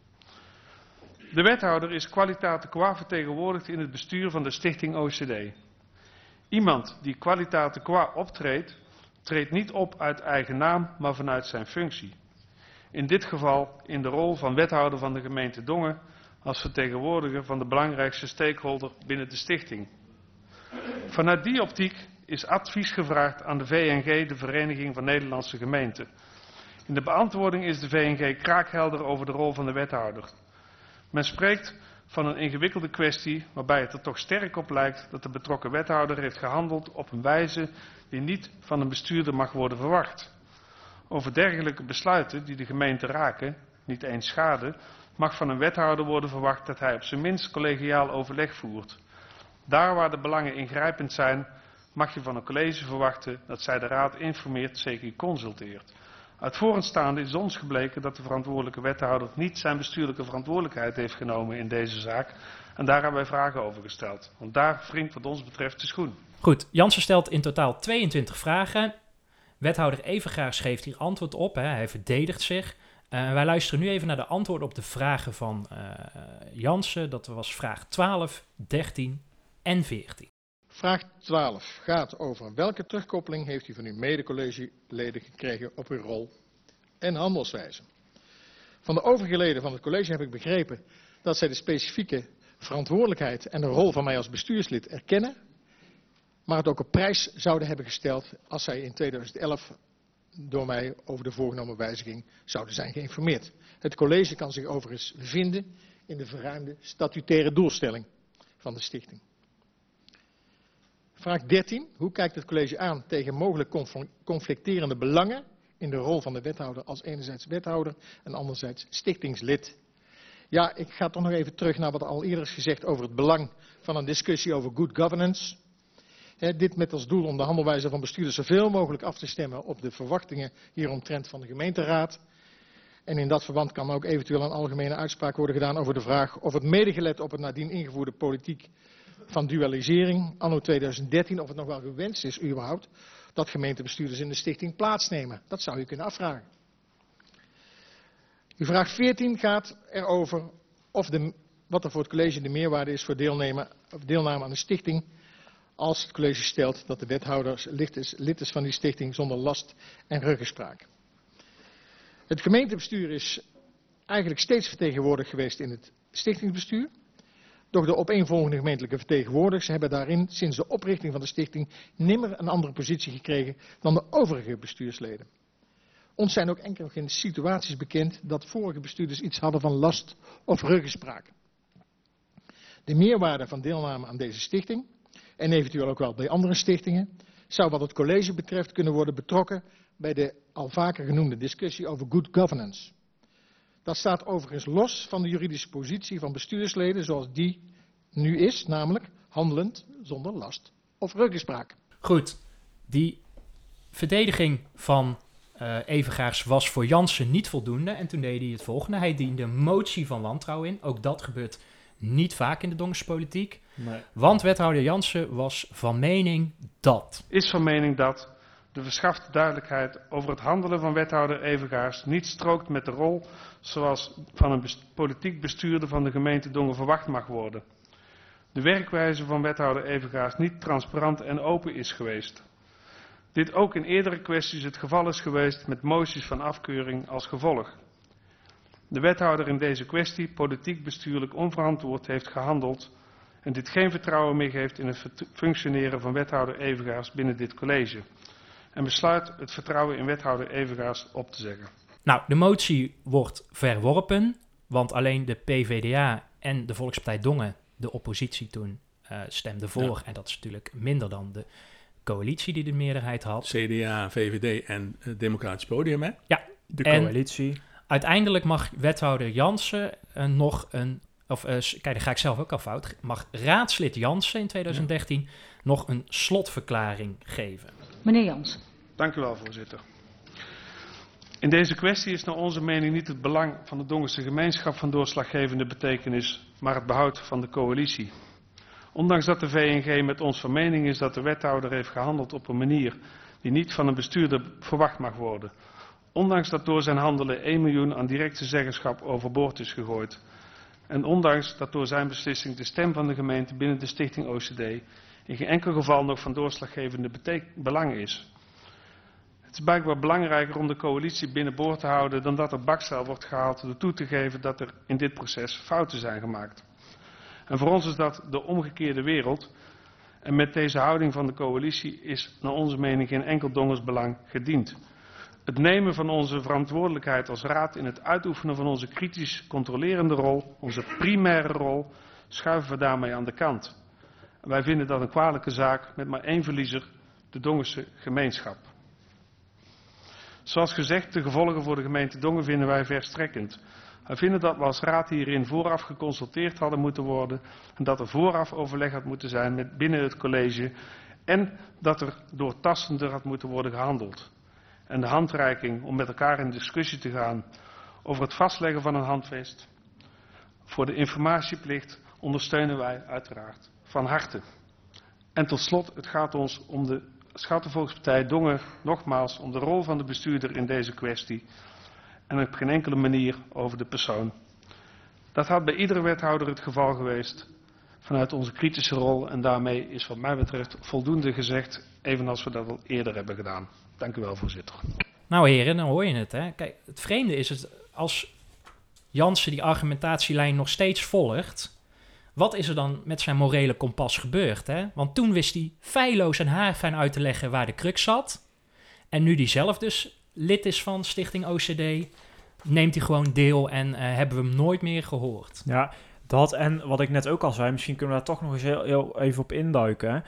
De wethouder is qualitate qua vertegenwoordigd in het bestuur van de Stichting OCD. Iemand die qualitate qua optreedt, treedt niet op uit eigen naam, maar vanuit zijn functie. In dit geval in de rol van wethouder van de gemeente Dongen als vertegenwoordiger van de belangrijkste stakeholder binnen de stichting. Vanuit die optiek is advies gevraagd aan de VNG, de Vereniging van Nederlandse Gemeenten. In de beantwoording is de VNG kraakhelder over de rol van de wethouder. Men spreekt van een ingewikkelde kwestie waarbij het er toch sterk op lijkt dat de betrokken wethouder heeft gehandeld op een wijze die niet van een bestuurder mag worden verwacht. Over dergelijke besluiten die de gemeente raken, niet eens schade, mag van een wethouder worden verwacht dat hij op zijn minst collegiaal overleg voert. Daar waar de belangen ingrijpend zijn, mag je van een college verwachten dat zij de raad informeert, zeker consulteert. Uit vooraanstaande is ons gebleken dat de verantwoordelijke wethouder niet zijn bestuurlijke verantwoordelijkheid heeft genomen in deze zaak. En daar hebben wij vragen over gesteld. Want daar wringt wat ons betreft de schoen. Goed, Jansen stelt in totaal 22 vragen. Wethouder Evengaars geeft hier antwoord op. Hè. Hij verdedigt zich. Wij luisteren nu even naar de antwoorden op de vragen van Jansen. Dat was vraag 12, 13 en 14. Vraag 12 gaat over welke terugkoppeling heeft u van uw mede-collegeleden gekregen op uw rol en handelswijze. Van de overige leden van het college heb ik begrepen dat zij de specifieke verantwoordelijkheid en de rol van mij als bestuurslid erkennen, maar het ook op prijs zouden hebben gesteld als zij in 2011 door mij over de voorgenomen wijziging zouden zijn geïnformeerd. Het college kan zich overigens vinden in de verruimde statutaire doelstelling van de stichting. Vraag 13. Hoe kijkt het college aan tegen mogelijk conflicterende belangen in de rol van de wethouder als enerzijds wethouder en anderzijds stichtingslid? Ja, ik ga toch nog even terug naar wat al eerder is gezegd over het belang van een discussie over good governance. Dit met als doel om de handelwijze van bestuurders zoveel mogelijk af te stemmen op de verwachtingen hieromtrent van de gemeenteraad. En in dat verband kan ook eventueel een algemene uitspraak worden gedaan over de vraag of het medegelet op het nadien ingevoerde politiek van dualisering anno 2013, of het nog wel gewenst is überhaupt, dat gemeentebestuurders in de stichting plaatsnemen. Dat zou je kunnen afvragen. Uw vraag 14 gaat erover wat er voor het college de meerwaarde is voor deelname aan de stichting, als het college stelt dat de wethouder lid is van die stichting zonder last en ruggespraak. Het gemeentebestuur is eigenlijk steeds vertegenwoordigd geweest in het stichtingsbestuur. Doch de opeenvolgende gemeentelijke vertegenwoordigers hebben daarin sinds de oprichting van de stichting nimmer een andere positie gekregen dan de overige bestuursleden. Ons zijn ook enkele situaties bekend dat vorige bestuurders iets hadden van last of ruggespraak. De meerwaarde van deelname aan deze stichting, en eventueel ook wel bij andere stichtingen, zou wat het college betreft kunnen worden betrokken bij de al vaker genoemde discussie over good governance. Dat staat overigens los van de juridische positie van bestuursleden zoals die nu is, namelijk handelend zonder last of ruggespraak. Goed, die verdediging van Evengaars was voor Jansen niet voldoende en toen deed hij het volgende. Hij diende een motie van wantrouwen in. Ook dat gebeurt niet vaak in de Dongerspolitiek. Nee. Want wethouder Jansen was van mening dat... Is van mening dat de verschafte duidelijkheid over het handelen van wethouder Evengaars niet strookt met de rol zoals van een politiek bestuurder van de gemeente Dongen verwacht mag worden. De werkwijze van wethouder Evengaars niet transparant en open is geweest. Dit ook in eerdere kwesties het geval is geweest met moties van afkeuring als gevolg. De wethouder in deze kwestie politiek bestuurlijk onverantwoord heeft gehandeld en dit geen vertrouwen meer geeft in het functioneren van wethouder Evengaars binnen dit college. En besluit het vertrouwen in wethouder Evengaars op te zeggen. Nou, de motie wordt verworpen, want alleen de PvdA en de Volkspartij Dongen, de oppositie toen, stemden voor. Ja. En dat is natuurlijk minder dan de coalitie die de meerderheid had. CDA, VVD en Democratisch Podium, hè? Ja. De coalitie. Uiteindelijk mag wethouder Jansen kijk, daar ga ik zelf ook al fout, mag raadslid Jansen in 2013 nog een slotverklaring geven. Meneer Jansen. Dank u wel, voorzitter. In deze kwestie is naar onze mening niet het belang van de Dongense gemeenschap van doorslaggevende betekenis, maar het behoud van de coalitie. Ondanks dat de VNG met ons van mening is dat de wethouder heeft gehandeld op een manier die niet van een bestuurder verwacht mag worden. Ondanks dat door zijn handelen 1 miljoen aan directe zeggenschap overboord is gegooid. En ondanks dat door zijn beslissing de stem van de gemeente binnen de stichting OCD in geen enkel geval nog van doorslaggevende belang is. Het is blijkbaar belangrijker om de coalitie binnenboord te houden dan dat er bakzeil wordt gehaald door toe te geven dat er in dit proces fouten zijn gemaakt. En voor ons is dat de omgekeerde wereld. En met deze houding van de coalitie is naar onze mening geen enkel Dongersbelang gediend. Het nemen van onze verantwoordelijkheid als raad in het uitoefenen van onze kritisch controlerende rol, onze primaire rol, schuiven we daarmee aan de kant. En wij vinden dat een kwalijke zaak met maar één verliezer, de Dongense gemeenschap. Zoals gezegd, de gevolgen voor de gemeente Dongen vinden wij verstrekkend. Wij vinden dat we als raad hierin vooraf geconsulteerd hadden moeten worden en dat er vooraf overleg had moeten zijn binnen het college en dat er doortastender had moeten worden gehandeld. En de handreiking om met elkaar in discussie te gaan over het vastleggen van een handvest voor de informatieplicht ondersteunen wij uiteraard van harte. En tot slot, het gaat ons om de Schattenvolkspartij Dongen nogmaals om de rol van de bestuurder in deze kwestie en op geen enkele manier over de persoon. Dat had bij iedere wethouder het geval geweest vanuit onze kritische rol en daarmee is wat mij betreft voldoende gezegd, evenals we dat al eerder hebben gedaan. Dank u wel, voorzitter. Nou heren, dan hoor je het. Hè. Kijk, het vreemde is het, als Jansen die argumentatielijn nog steeds volgt, wat is er dan met zijn morele kompas gebeurd? Hè? Want toen wist hij feilloos en haarfijn uit te leggen waar de crux zat. En nu die zelf dus lid is van Stichting OCD, neemt hij gewoon deel en hebben we hem nooit meer gehoord. Ja, dat en wat ik net ook al zei, misschien kunnen we daar toch nog eens heel even op induiken.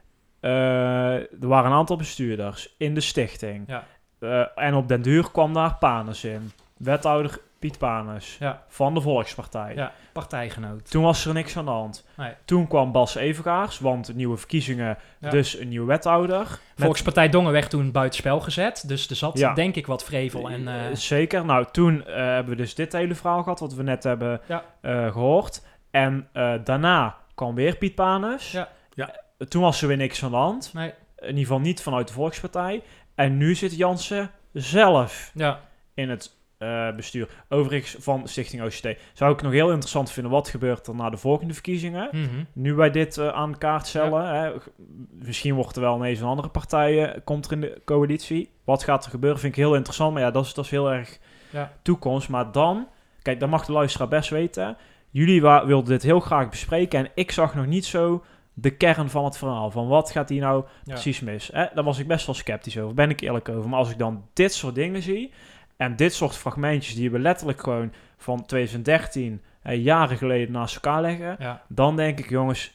Er waren een aantal bestuurders in de stichting. Ja. En op den duur kwam daar Panes in. Wethouder Piet Panus Ja. van de Volkspartij. Ja, partijgenoot. Toen was er niks aan de hand. Nee. Toen kwam Bas Evengaars, want nieuwe verkiezingen, Ja. dus een nieuwe wethouder. Volkspartij Dongen werd toen buitenspel gezet. Dus er zat Ja. denk ik wat vrevel. En, Zeker. Nou, toen hebben we dus dit hele verhaal gehad, wat we net hebben gehoord. En daarna kwam weer Piet Panus. Ja. Toen was er weer niks aan de hand. nee. In ieder geval niet vanuit de Volkspartij. En nu zit Jansen zelf Ja. in het bestuur. Overigens van Stichting OCT. Zou ik nog heel interessant vinden, wat gebeurt er na de volgende verkiezingen? Mhm. Nu wij dit aan de kaart stellen. Hè, misschien wordt er wel ineens een andere partij komt er in de coalitie. Wat gaat er gebeuren? Vind ik heel interessant. Maar ja, dat is heel erg toekomst. Maar dan, kijk, dat mag de luisteraar best weten. Jullie wilden dit heel graag bespreken. En ik zag nog niet zo de kern van het verhaal. Van wat gaat hier nou precies mis? Daar was ik best wel sceptisch over. Ben ik eerlijk over. Maar als ik dan dit soort dingen zie. En dit soort fragmentjes die we letterlijk gewoon van 2013, jaren geleden naast elkaar leggen. Ja. Dan denk ik, jongens,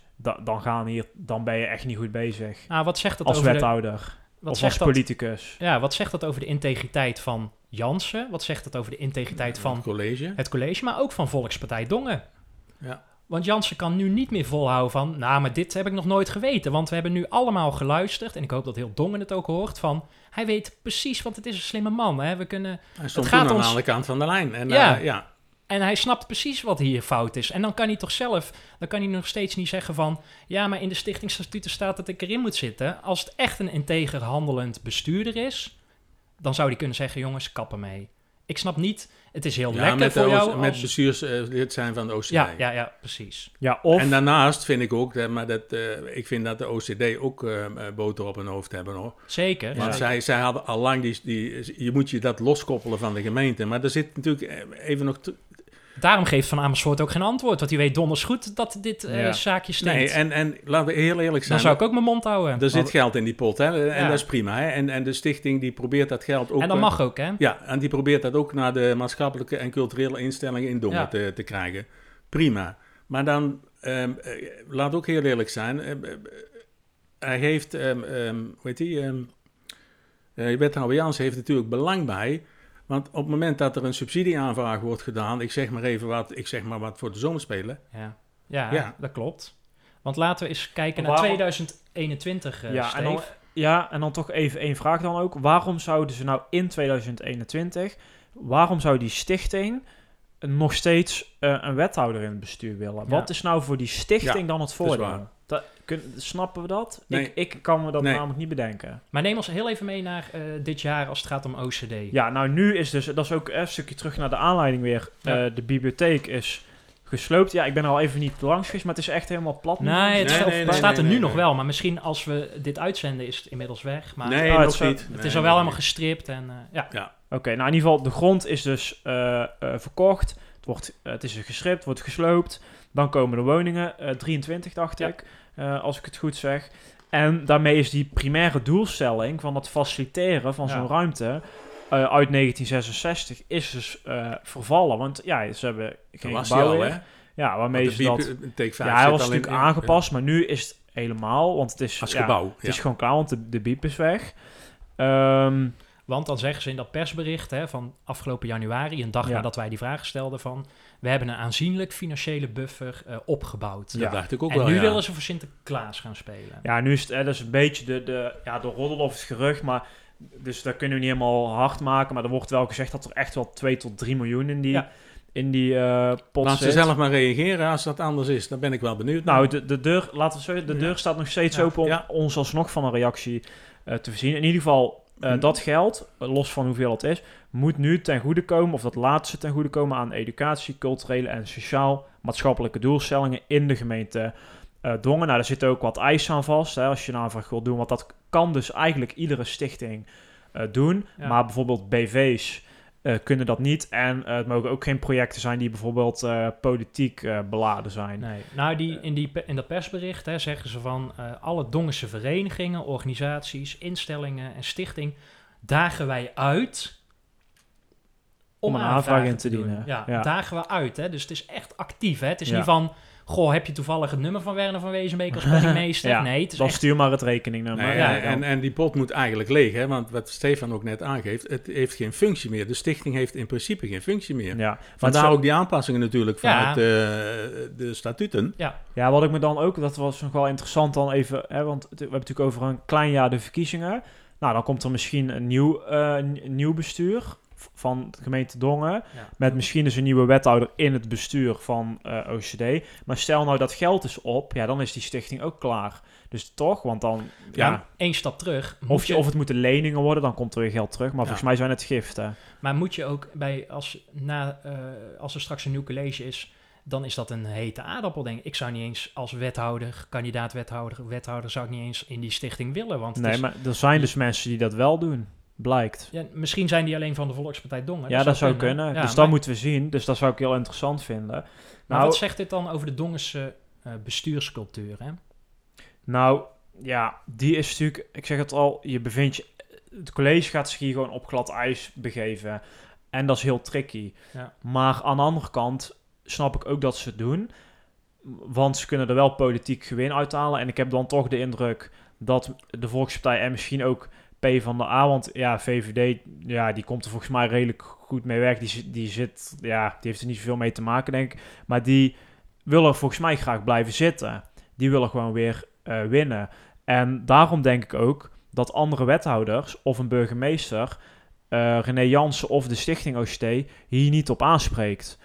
dan ben je echt niet goed bezig. Nou, wat zegt dat Als over wethouder. wat Of zegt als politicus. wat zegt dat over de integriteit van Jansen? Wat zegt dat over de integriteit van het college, maar ook van Volkspartij Dongen? Ja. Want Jansen kan nu niet meer volhouden van, nou, maar dit heb ik nog nooit geweten. Want we hebben nu allemaal geluisterd, en ik hoop dat heel Dongen het ook hoort, van, hij weet precies, want het is een slimme man. Hè? Hij stond toen aan de andere kant van de lijn. En, En hij snapt precies wat hier fout is. En dan kan hij toch zelf, dan kan hij nog steeds niet zeggen van, ja, maar in de stichtingsstatuten staat dat ik erin moet zitten. Als het echt een integer handelend bestuurder is, dan zou hij kunnen zeggen, jongens, kappen mee. Ik snap niet, het is heel lekker voor jou. Met bestuurslid zijn van de OCD. Ja, precies. Ja, En daarnaast vind ik ook, ik vind dat de OCD ook boter op hun hoofd hebben, hoor. Zeker. Want zij hadden al lang je moet je dat loskoppelen van de gemeente. Maar er zit natuurlijk even nog... Daarom geeft Van Amersfoort ook geen antwoord, want die weet donders goed dat dit zaakje stinkt. Nee, en laten we heel eerlijk zijn. Dan zou ik ook mijn mond houden. Er zit geld in die pot, hè? En dat is prima. Hè? En de stichting die probeert dat geld ook... En dat mag ook, hè? Ja, en die probeert dat ook naar de maatschappelijke en culturele instellingen in Dongen te krijgen. Prima. Maar dan, laat ook heel eerlijk zijn, hij heeft, wethouder Jans heeft natuurlijk belang bij... Want op het moment dat er een subsidieaanvraag wordt gedaan, ik zeg maar wat voor de zomerspelen. Ja, dat klopt. Want laten we eens kijken naar 2021, en dan toch even één vraag dan ook. Waarom zouden ze nou in 2021, waarom zou die stichting nog steeds een wethouder in het bestuur willen? Ja. Wat is nou voor die stichting dan het voordeel? Snappen we dat? Nee. Ik kan me dat namelijk niet bedenken. Maar neem ons heel even mee naar dit jaar als het gaat om OCD. Ja, nou nu is dus, dat is ook een stukje terug naar de aanleiding weer. Ja. De bibliotheek is gesloopt. Ja, ik ben er al even niet langs geweest, maar het is echt helemaal plat. Nee, het staat er nu nog wel. Maar misschien als we dit uitzenden is het inmiddels weg. Maar nog niet. Het is al wel helemaal gestript. En, Oké, nou in ieder geval, de grond is dus verkocht. Het is geschript, wordt gesloopt. Dan komen de woningen, 23 dacht ik, als ik het goed zeg. En daarmee is die primaire doelstelling van het faciliteren van zo'n ruimte uit 1966 is dus vervallen. Want ze hebben geen gebouw meer. Hè? Ja, waarmee ze dat... hij was natuurlijk aangepast, maar nu is het helemaal, want het is... Als gebouw. Het is gewoon klaar, want de biep is weg. Want dan zeggen ze in dat persbericht van afgelopen januari, een dag nadat wij die vraag stelden van, we hebben een aanzienlijk financiële buffer opgebouwd. Dat dacht ik ook en wel, nu willen ze voor Sinterklaas gaan spelen. Ja, nu is het dus een beetje de roddel of het gerucht, maar dus dat kunnen we niet helemaal hard maken, maar er wordt wel gezegd dat er echt wel 2 tot 3 miljoen in die pot Laat zit. ze zelf maar reageren als dat anders is. Dan ben ik wel benieuwd. Nou, de deur, laten we zeggen, de deur staat nog steeds open om ons alsnog van een reactie te voorzien. In ieder geval, dat geld, los van hoeveel het is, moet nu ten goede komen, of dat laatste ten goede komen aan educatie, culturele en sociaal-maatschappelijke doelstellingen in de gemeente Dongen. Nou, daar zitten ook wat eisen aan vast, hè, als je een aanvraag wilt doen, want dat kan dus eigenlijk iedere stichting doen. Ja. Maar bijvoorbeeld BV's kunnen dat niet. En het mogen ook geen projecten zijn die bijvoorbeeld politiek beladen zijn. Nee. Nou, in dat persbericht zeggen ze van alle Dongense verenigingen, organisaties, instellingen en stichting dagen wij uit om een aanvraag in te doen. dienen. Ja, dagen we uit. Hè? Dus het is echt actief. Hè? Het is Ja. niet van, goh, heb je toevallig het nummer van Werner van Wezenbeek als penningmeester? Ja, Nee, het is dan echt... stuur maar het rekeningnummer. Nee, Ja. en die pot moet eigenlijk leeg, hè? Want wat Stefan ook net aangeeft, het heeft geen functie meer. De stichting heeft in principe geen functie meer. Ja, Vandaar ook die aanpassingen natuurlijk Ja. vanuit de statuten. Ja, wat ik me dan ook, dat was nog wel interessant dan even, hè, want we hebben natuurlijk over een klein jaar de verkiezingen. Nou, dan komt er misschien een nieuw bestuur van de gemeente Dongen, Ja. met misschien dus een nieuwe wethouder in het bestuur van OCD. Maar stel nou dat geld is op, ja, dan is die stichting ook klaar. Dus toch, want dan, ja, Eén stap terug. of het moeten leningen worden, dan komt er weer geld terug. Maar volgens mij zijn het giften. Maar moet je ook als er straks een nieuw college is, dan is dat een hete aardappel, denk ik. Ik zou niet eens als wethouder, kandidaat-wethouder, zou ik niet eens in die stichting willen. Want het Nee, is, maar er zijn dus mensen die dat wel doen, blijkt. ja, misschien zijn die alleen van de Volkspartij Dongen. Ja, dat zou kunnen. Ja, Dus dat maar- moeten we zien. Dus dat zou ik heel interessant vinden. Maar wat zegt dit dan over de Dongense bestuurscultuur, hè? Nou, ja, die is natuurlijk... Ik zeg het al, het college gaat zich hier gewoon op glad ijs begeven. En dat is heel tricky. Ja. Maar aan de andere kant snap ik ook dat ze het doen. Want ze kunnen er wel politiek gewin uithalen. En ik heb dan toch de indruk dat de Volkspartij en misschien ook PvdA... Want ja, VVD, ja, die komt er volgens mij redelijk goed mee weg. Die heeft er niet zoveel mee te maken, denk ik. Maar die willen volgens mij graag blijven zitten. Die willen gewoon weer winnen. En daarom denk ik ook dat andere wethouders of een burgemeester, René Jansen of de Stichting OCD, hier niet op aanspreekt.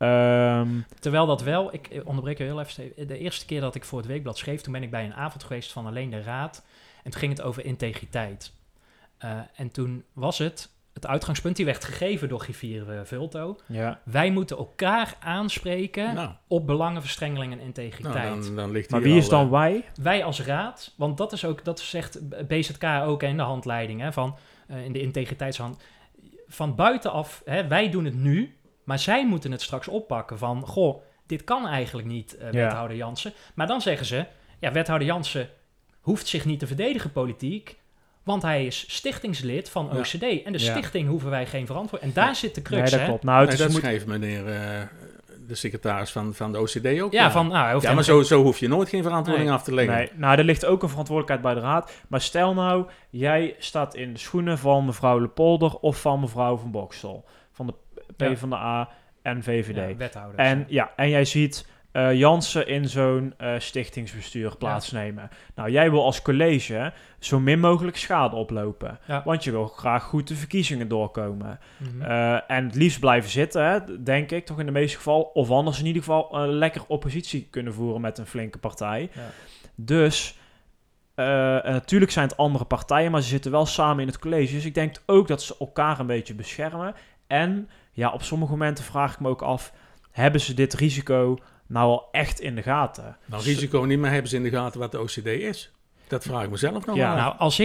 Terwijl dat wel, ik onderbreek er heel even, Steven. De eerste keer dat ik voor het Weekblad schreef, toen ben ik bij een avond geweest van alleen de raad. En toen ging het over integriteit. En toen was het uitgangspunt, die werd gegeven door Griffier Vulto. Ja. Wij moeten elkaar aanspreken Nou, op belangenverstrengeling en integriteit. dan ligt Maar hier wie is al, dan wij? Wij als raad, want dat is ook, dat zegt BZK ook in de handleiding, hè, van in de integriteitshand. Van buitenaf, hè, wij doen het nu, maar zij moeten het straks oppakken van, goh, dit kan eigenlijk niet, wethouder Jansen. Maar dan zeggen ze, ja, wethouder Jansen hoeft zich niet te verdedigen politiek, want hij is stichtingslid van OCD. En de stichting hoeven wij geen verantwoording. En daar zit de crux, Nee, dat hè? klopt. Nou, Nee, dat schrijft meneer de secretaris van de OCD ook. Ja, van, nou, hij hoeft Ja, maar helemaal zo hoef je nooit geen verantwoording af te leggen. Nee, nou, er ligt ook een verantwoordelijkheid bij de raad. Maar stel nou, jij staat in de schoenen van mevrouw Lepolder of van mevrouw Van Bokstel. Van de PvdA en VVD. geen wethouders. En jij ziet Jansen in zo'n stichtingsbestuur plaatsnemen. Nou, jij wil als college zo min mogelijk schade oplopen. Ja. Want je wil graag goed de verkiezingen doorkomen. Mhm. En het liefst blijven zitten, hè, denk ik, toch in de meeste gevallen. Of anders in ieder geval lekker oppositie kunnen voeren met een flinke partij. Ja. Dus natuurlijk zijn het andere partijen, maar ze zitten wel samen in het college. Dus ik denk ook dat ze elkaar een beetje beschermen. En ja, op sommige momenten vraag ik me ook af, hebben ze dit risico nou al echt in de gaten? Nou, risico niet, maar hebben ze in de gaten wat de OCD is? Dat vraag ik mezelf nog Ja, wel. Nou, als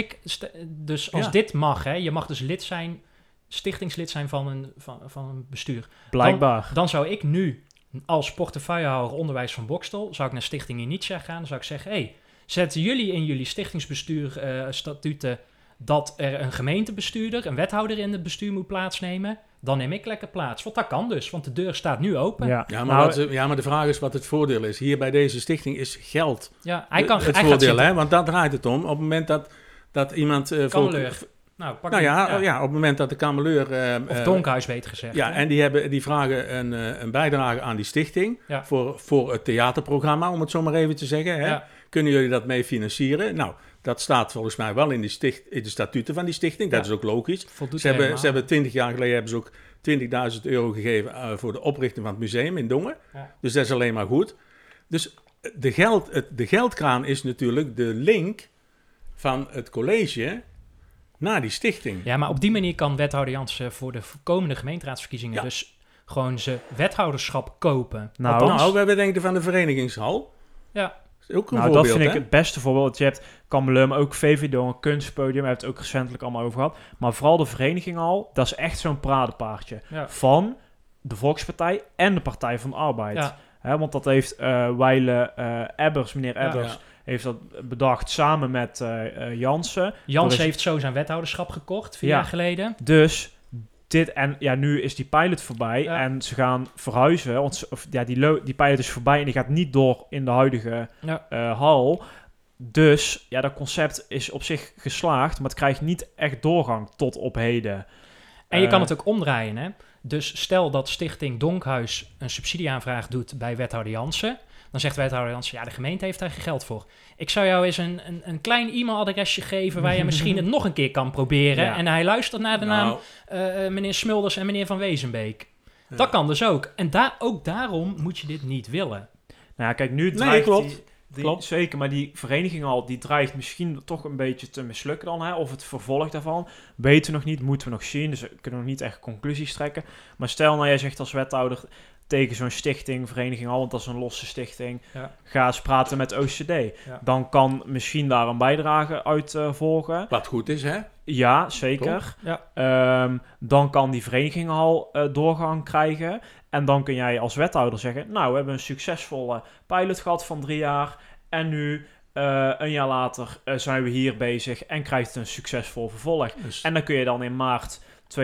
Ja. dit mag, hè, je mag dus stichtingslid zijn van een bestuur. Blijkbaar. Dan zou ik nu als portefeuillehouder onderwijs van Bokstel, zou ik naar Stichting Initia gaan. Dan zou ik zeggen, hey, zetten jullie in jullie stichtingsbestuur statuten dat er een gemeentebestuurder, een wethouder in het bestuur moet plaatsnemen, dan neem ik lekker plaats. Want dat kan dus, want de deur staat nu open. Ja, Ja, maar, maar de vraag is wat het voordeel is. Hier bij deze stichting is geld Ja, het gaat voordeel, zitten. hè? Want daar draait het om. Op het moment dat iemand... Kameleur. Nou, pak Nou die- ja, op het moment dat de kameleur... Of Donkhuis, beter gezegd. Ja, hè? en die vragen een bijdrage aan die stichting Ja. voor het theaterprogramma, om het zo maar even te zeggen. Hè? Ja. Kunnen jullie dat mee financieren? Nou, dat staat volgens mij wel in de statuten van die stichting. Dat Ja. is ook logisch. Voldoet Ze hebben 20 jaar geleden hebben ze ook 20.000 euro gegeven voor de oprichting van het museum in Dongen. Ja. Dus dat is alleen maar goed. Dus de geldkraan is natuurlijk de link van het college naar die stichting. Ja, maar op die manier kan wethouder Jansen voor de komende gemeenteraadsverkiezingen Ja. dus gewoon zijn wethouderschap kopen. Nou, Althans, we denken van de verenigingshal. ja. Dat is ook een Nou, voorbeeld, dat vind hè? ik het beste voorbeeld. Je hebt Kamelum, ook VVD, een kunstpodium, we hebben het ook recentelijk allemaal over gehad. Maar vooral de vereniging al, dat is echt zo'n paradepaardje Ja. van de Volkspartij en de Partij van de Arbeid. Ja. Hè, want dat heeft meneer Ebbers, Ja. heeft dat bedacht samen met Jansen. Jansen Er is- heeft zo zijn wethouderschap gekocht 4 Ja. jaar geleden. Dus nu is die pilot voorbij Ja. en ze gaan verhuizen. Die pilot is voorbij en die gaat niet door in de huidige hal. Dus dat concept is op zich geslaagd, maar het krijgt niet echt doorgang tot op heden. En je kan het ook omdraaien, hè? Dus stel dat Stichting Donkhuis een subsidieaanvraag doet bij wethouder Jansen. Dan zegt wethouder Jansen, de gemeente heeft daar geen geld voor. Ik zou jou eens een klein e-mailadresje geven waar je misschien het nog een keer kan proberen. Ja. En hij luistert naar de naam meneer Smulders en meneer Van Wezenbeek. Ja. Dat kan dus ook. En ook daarom moet je dit niet willen. Nou ja, kijk, nu dreigt klopt. Klopt. Zeker, maar die vereniging al, die dreigt misschien toch een beetje te mislukken dan, hè? Of het vervolg daarvan. Weten we nog niet, moeten we nog zien. Dus we kunnen nog niet echt conclusies trekken. Maar stel jij zegt als wethouder tegen zo'n stichting, vereniging al, want dat is een losse stichting, ga eens praten met OCD. Ja. Dan kan misschien daar een bijdrage uit volgen. Wat goed is, hè? Ja, zeker. Ja. Dan kan die vereniging al doorgang krijgen. En dan kun jij als wethouder zeggen, we hebben een succesvolle pilot gehad van 3 jaar. En nu, een jaar later, zijn we hier bezig en krijgt het een succesvol vervolg. Dus. En dan kun je dan in maart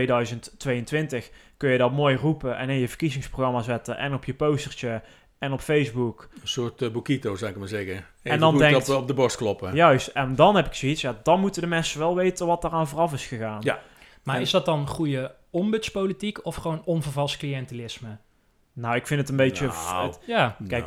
2022 kun je dat mooi roepen en in je verkiezingsprogramma zetten en op je postertje en op Facebook. Een soort boekito, zou ik maar zeggen. Even en dan goed op de borst kloppen. Juist, en dan heb ik zoiets, dan moeten de mensen wel weten wat eraan vooraf is gegaan. Ja. Maar is dat dan goede ombudspolitiek of gewoon onvervalst cliëntelisme? Nou, ik vind het een beetje... Kijk,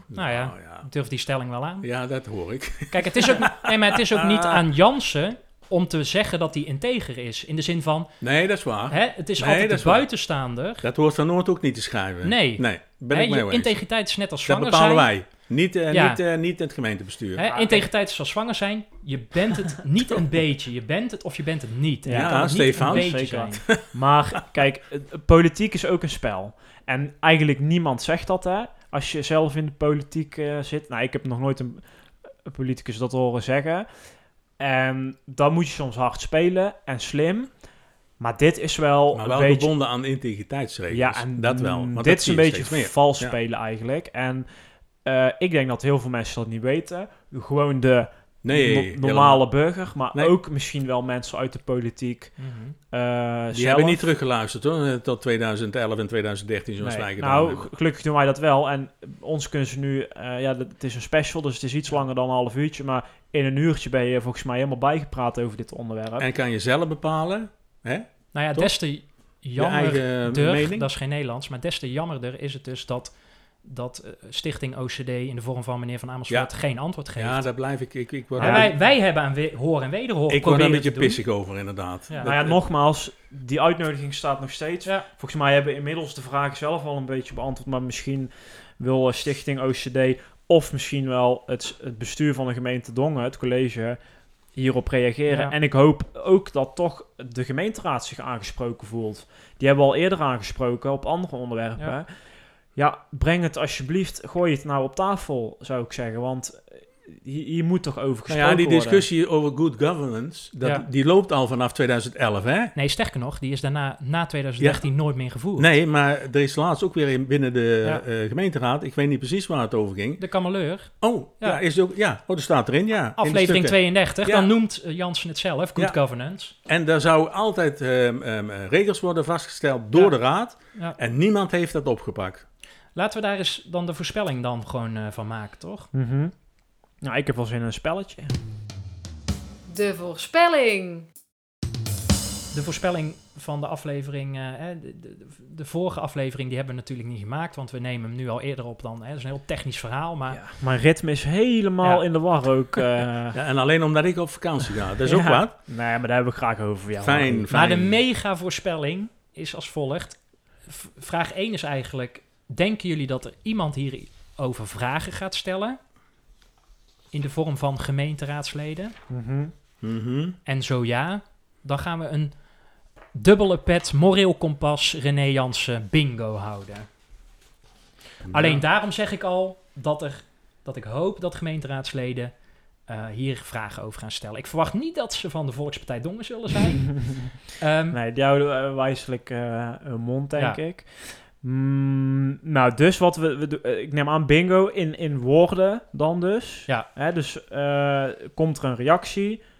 ik durf die stelling wel aan. Ja, dat hoor ik. Kijk, het is ook niet aan Jansen om te zeggen dat hij integer is. In de zin van... Nee, dat is waar. Het is altijd de buitenstaander. Dat hoort van Noord ook niet te schrijven. Nee. Ben ik mee eens. Integriteit is net als zwanger zijn. Dat bepalen wij. Niet het gemeentebestuur. Integriteit is als zwanger zijn. Je bent het niet een beetje. Je bent het of je bent het niet. Ja, Stefan. Zeker. Maar kijk, politiek is ook een spel. En eigenlijk niemand zegt dat, hè. Als je zelf in de politiek zit. Nou, ik heb nog nooit een politicus dat horen zeggen. En dan moet je soms hard spelen en slim. Maar dit is wel een beetje... gebonden aan integriteitsregels. Ja, en dat wel. Maar dit is een beetje vals spelen eigenlijk. En ik denk dat heel veel mensen dat niet weten. Gewoon de normale burger, maar ook misschien wel mensen uit de politiek. Die hebben niet teruggeluisterd hoor, tot 2011 en 2013 zoals wij gedaan hebben. Gelukkig doen wij dat wel. En ons kunnen ze nu, het is een special, dus het is iets langer dan een half uurtje. Maar in een uurtje ben je volgens mij helemaal bijgepraat over dit onderwerp. En kan je zelf bepalen, hè? Nou ja, des te jammerder, dat is geen Nederlands, maar des te jammerder is het dus dat Stichting OCD in de vorm van meneer Van Amersfoort geen antwoord geeft. Ja, daar blijf ik wij hebben aan hoor en wederhoor ik word er een beetje pissig over, inderdaad. Ja. Nogmaals, die uitnodiging staat nog steeds. Ja. Volgens mij hebben we inmiddels de vragen zelf al een beetje beantwoord, maar misschien wil Stichting OCD of misschien wel het bestuur van de gemeente Dongen, het college, hierop reageren. Ja. En ik hoop ook dat toch de gemeenteraad zich aangesproken voelt. Die hebben we al eerder aangesproken op andere onderwerpen. Ja, breng het alsjeblieft, gooi het nou op tafel, zou ik zeggen. Want hier moet toch over gesproken worden. Die discussie over good governance, die loopt al vanaf 2011, hè? Nee, sterker nog, die is daarna, na 2013, nooit meer gevoerd. Nee, maar er is laatst ook weer binnen de gemeenteraad, ik weet niet precies waar het over ging. De kameleur. Is ook, dat staat erin, ja. Aflevering 32, dan noemt Jansen het zelf, good governance. En daar zou altijd regels worden vastgesteld door de raad. Ja. En niemand heeft dat opgepakt. Laten we daar eens dan de voorspelling dan gewoon van maken, toch? Mm-hmm. Nou, ik heb wel zin in een spelletje. De voorspelling. De voorspelling van de aflevering, de vorige aflevering, die hebben we natuurlijk niet gemaakt, want we nemen hem nu al eerder op dan. Dat is een heel technisch verhaal, maar... Ja, mijn ritme is helemaal in de war ook. en alleen omdat ik op vakantie ga, dat is ook wat. Nee, maar daar hebben we graag over voor jou. Fijn. Maar de mega voorspelling is als volgt. Vraag 1 is eigenlijk, denken jullie dat er iemand hierover vragen gaat stellen? In de vorm van gemeenteraadsleden? Mm-hmm. Mm-hmm. En zo ja, dan gaan we een dubbele pet, moreel kompas, René Jansen bingo houden. Ja. Alleen daarom zeg ik al dat ik hoop dat gemeenteraadsleden hier vragen over gaan stellen. Ik verwacht niet dat ze van de Volkspartij Dongen zullen zijn. Nee, die houden wijselijk mond, denk ik. Nou, dus wat we doen, ik neem aan bingo in woorden dan dus. Ja. Dus komt er een reactie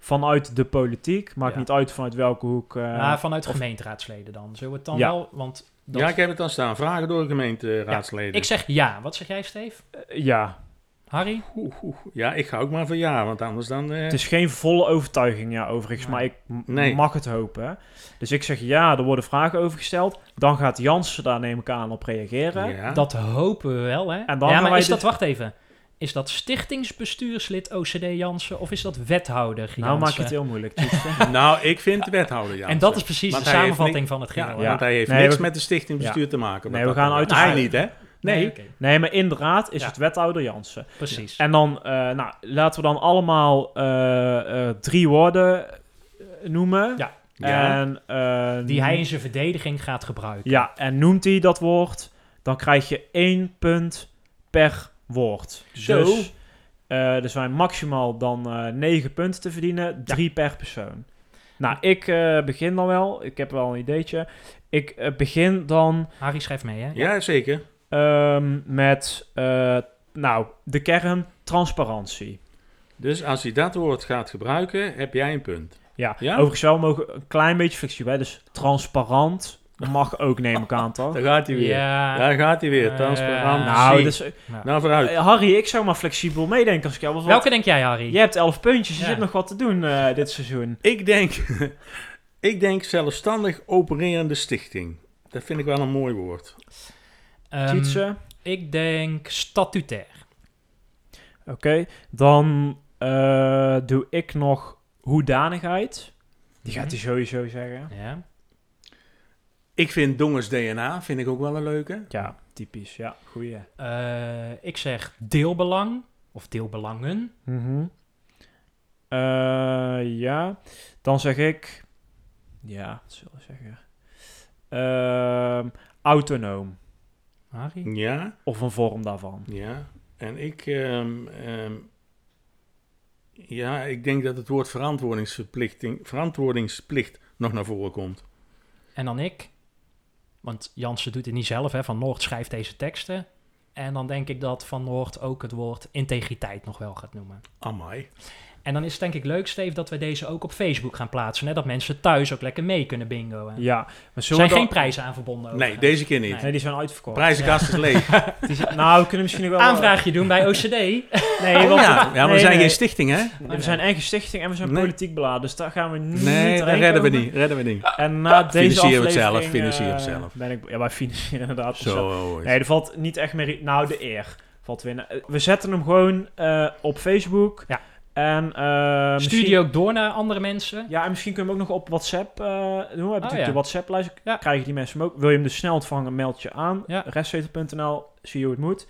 vanuit de politiek. Maakt Ja. niet uit vanuit welke hoek. Vanuit gemeenteraadsleden dan. Zullen we het dan wel? Want dat... Ja, ik heb het al staan. Vragen door gemeenteraadsleden. Ik zeg ja. Wat zeg jij, Steve? Ja, Harry? Ja, ik ga ook maar voor ja, want anders dan... het is geen volle overtuiging, ja, overigens. Nee. Maar ik Nee. mag het hopen. Dus ik zeg ja, er worden vragen over gesteld. Dan gaat Jansen daar, neem ik aan, op reageren. Ja. Dat hopen we wel, hè? En dan ja, gaan maar wij is dat... dus- Wacht even. Is dat stichtingsbestuurslid OCD Jansen of is dat wethouder Jansen? Nou maak je het heel moeilijk. Tjitske. Nou, ik vind de wethouder Jansen. En dat is precies Want de hij heeft samenvatting van het geheel. Ja, hè? want hij heeft Nee, niks we- met de stichtingbestuur te maken. Nee, wat we gaan dat uit de- Hij niet, hè? Nee. oké. Nee, maar in de raad is Ja. het wethouder Jansen. Precies. En dan, laten we dan allemaal 3 woorden noemen. Ja. Ja. En, Die hij in zijn verdediging gaat gebruiken. Ja, en noemt hij dat woord, dan krijg je 1 punt per woord. Zo. Dus er zijn maximaal dan 9 punten te verdienen, 3 per persoon. Nou, ik begin dan wel. Ik heb wel een ideetje. Ik begin dan Harry schrijft mee, hè? Ja, zeker. met de kern transparantie. Dus als hij dat woord gaat gebruiken, heb jij een punt. Ja, Ja? overigens wel mogen een klein beetje flexibel. Hè? Dus transparant mag ook, neem ik aan, toch? Daar gaat hij weer. Ja. Daar gaat hij weer. Transparant. Nou, dus, Nou, vooruit. Harry, ik zou maar flexibel meedenken als ik jou was. Welke denk jij, Harry? Je hebt 11 puntjes, je Ja. zit nog wat te doen dit seizoen. Ik denk zelfstandig opererende stichting. Dat vind ik wel een mooi woord. Tjitse? Ik denk statutair. Oké, dan doe ik nog hoedanigheid. Die gaat hij sowieso zeggen. Ja. Ik vind Dongers DNA, vind ik ook wel een leuke. Ja, typisch. Ja, goeie. Ik zeg deelbelang of deelbelangen. Ja, dan zeg ik... Ja, wat zullen we zeggen? Autonoom. Harry? Ja, Of een vorm daarvan. ja. En ik... ja, ik denk dat het woord verantwoordingsplicht nog naar voren komt. En dan ik. Want Jansen doet het niet zelf, hè. Van Noord schrijft deze teksten. En dan denk ik dat Van Noord ook het woord integriteit nog wel gaat noemen. Amai. En dan is het denk ik leuk, Steve, dat we deze ook op Facebook gaan plaatsen. Hè? Dat mensen thuis ook lekker mee kunnen bingoen. Ja, maar Er zullen zijn we geen dan- prijzen aan verbonden. Nee, overigens. deze keer niet. Nee. Nee, die zijn uitverkocht. Prijzenkast is leeg. Nou, we kunnen misschien nog wel... Aanvraagje doen bij OCD. Nee, Oh, want ja, ja, we nee, zijn nee. geen stichting, hè? We zijn eigen stichting en we zijn Nee. politiek beladen. Dus daar gaan we niet Nee, dat doorheen redden we komen. niet. Redden we niet. En na deze Financieren we het aflevering... zelf, financieren we het zelf. Ben ik, ja, wij financieren inderdaad zelf. Zo. Nee, er valt niet echt meer... Nou, de eer valt winnen. We zetten hem gewoon op Facebook. Ja. En Stuur die ook door naar andere mensen. Ja, en misschien kunnen we hem ook nog op WhatsApp doen. We hebben natuurlijk ja. de WhatsApp-lijst. Ja. Krijgen die mensen hem ook. Wil je hem dus snel ontvangen, meld je aan. Ja. Restzetel.nl, zie je hoe het moet.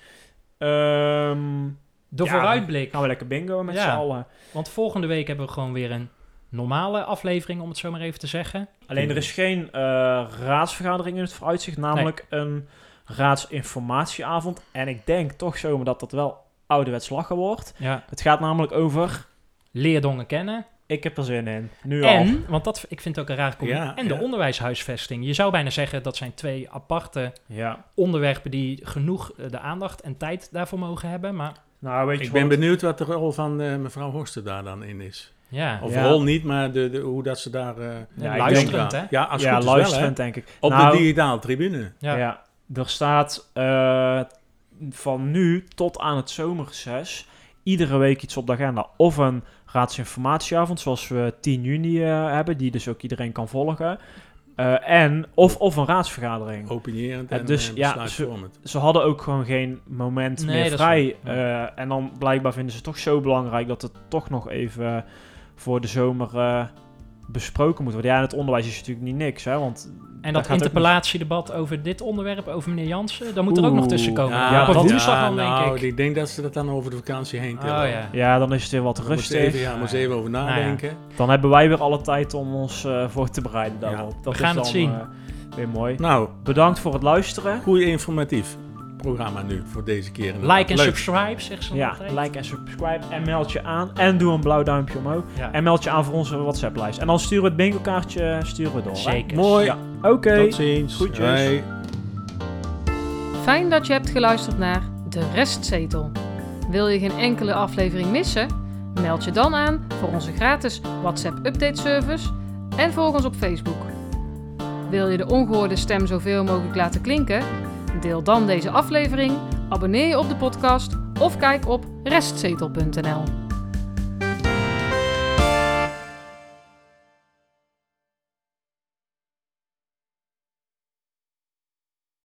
De Ja, vooruitblik. Gaan we lekker bingo met Ja. z'n allen. Want volgende week hebben we gewoon weer een normale aflevering, om het zo maar even te zeggen. Alleen er is geen raadsvergadering in het vooruitzicht. Namelijk een raadsinformatieavond. En ik denk toch zomaar dat dat wel ouderwets lachen wordt. Ja. Het gaat namelijk over... Leerdongen kennen. Ik heb er zin in. Nu al. En, want dat, ik vind het ook een raar comment. Ja, en de ja. onderwijshuisvesting. Je zou bijna zeggen dat zijn 2 aparte Ja. onderwerpen die genoeg de aandacht en tijd daarvoor mogen hebben. Maar Nou, weet je Ik ben wat? benieuwd wat de rol van mevrouw Horsten daar dan in is. ja, Of Ja. rol niet, maar hoe dat ze daar... Ja, ik luisterend, hè? Ja, als Ja, het goed is wel, luisterend hè? denk ik. Op Nou, de digitale tribune. Ja. Er staat van nu tot aan het zomerreces iedere week iets op de agenda. Of een raadsinformatieavond, zoals we 10 juni hebben, die dus ook iedereen kan volgen. Of een raadsvergadering. Opinierend Ja, en dus, ja, besluitvormend. Ze hadden ook gewoon geen moment Nee, meer dat is vrij. waar. En dan blijkbaar vinden ze het toch zo belangrijk dat het toch nog even voor de zomer besproken moet worden. Ja, en het onderwijs is natuurlijk niet niks, hè, want... En dat dat gaat ook interpellatiedebat over dit onderwerp, over meneer Jansen, dat moet er ook nog tussen komen. Ja, op dat- woensdag dan, denk nou, ik. ik denk dat ze dat dan over de vakantie heen tillen. Oh ja. Ja, dan is het weer wat Daar moet rustig. moet ze even over nadenken. Dan hebben wij weer alle tijd om ons voor te bereiden daarop. Ja, Dat we gaan is het dan, zien. Weer mooi. Nou, Bedankt voor het luisteren. goed informatief programma nu voor deze keer. Like en Leuk. subscribe, zegt ze Ja, altijd. like en subscribe en meld je aan. En doe een blauw duimpje omhoog. Ja. En meld je aan voor onze WhatsApp-lijst. En dan sturen we het bingo kaartje door. Hè? Zeker. Mooi. Ja. Oké. Tot ziens. Groetjes. Hoi. Fijn dat je hebt geluisterd naar De Restzetel. Wil je geen enkele aflevering missen? Meld je dan aan voor onze gratis WhatsApp-update service en volg ons op Facebook. Wil je de ongehoorde stem zoveel mogelijk laten klinken? Deel dan deze aflevering, abonneer je op de podcast of kijk op restzetel.nl.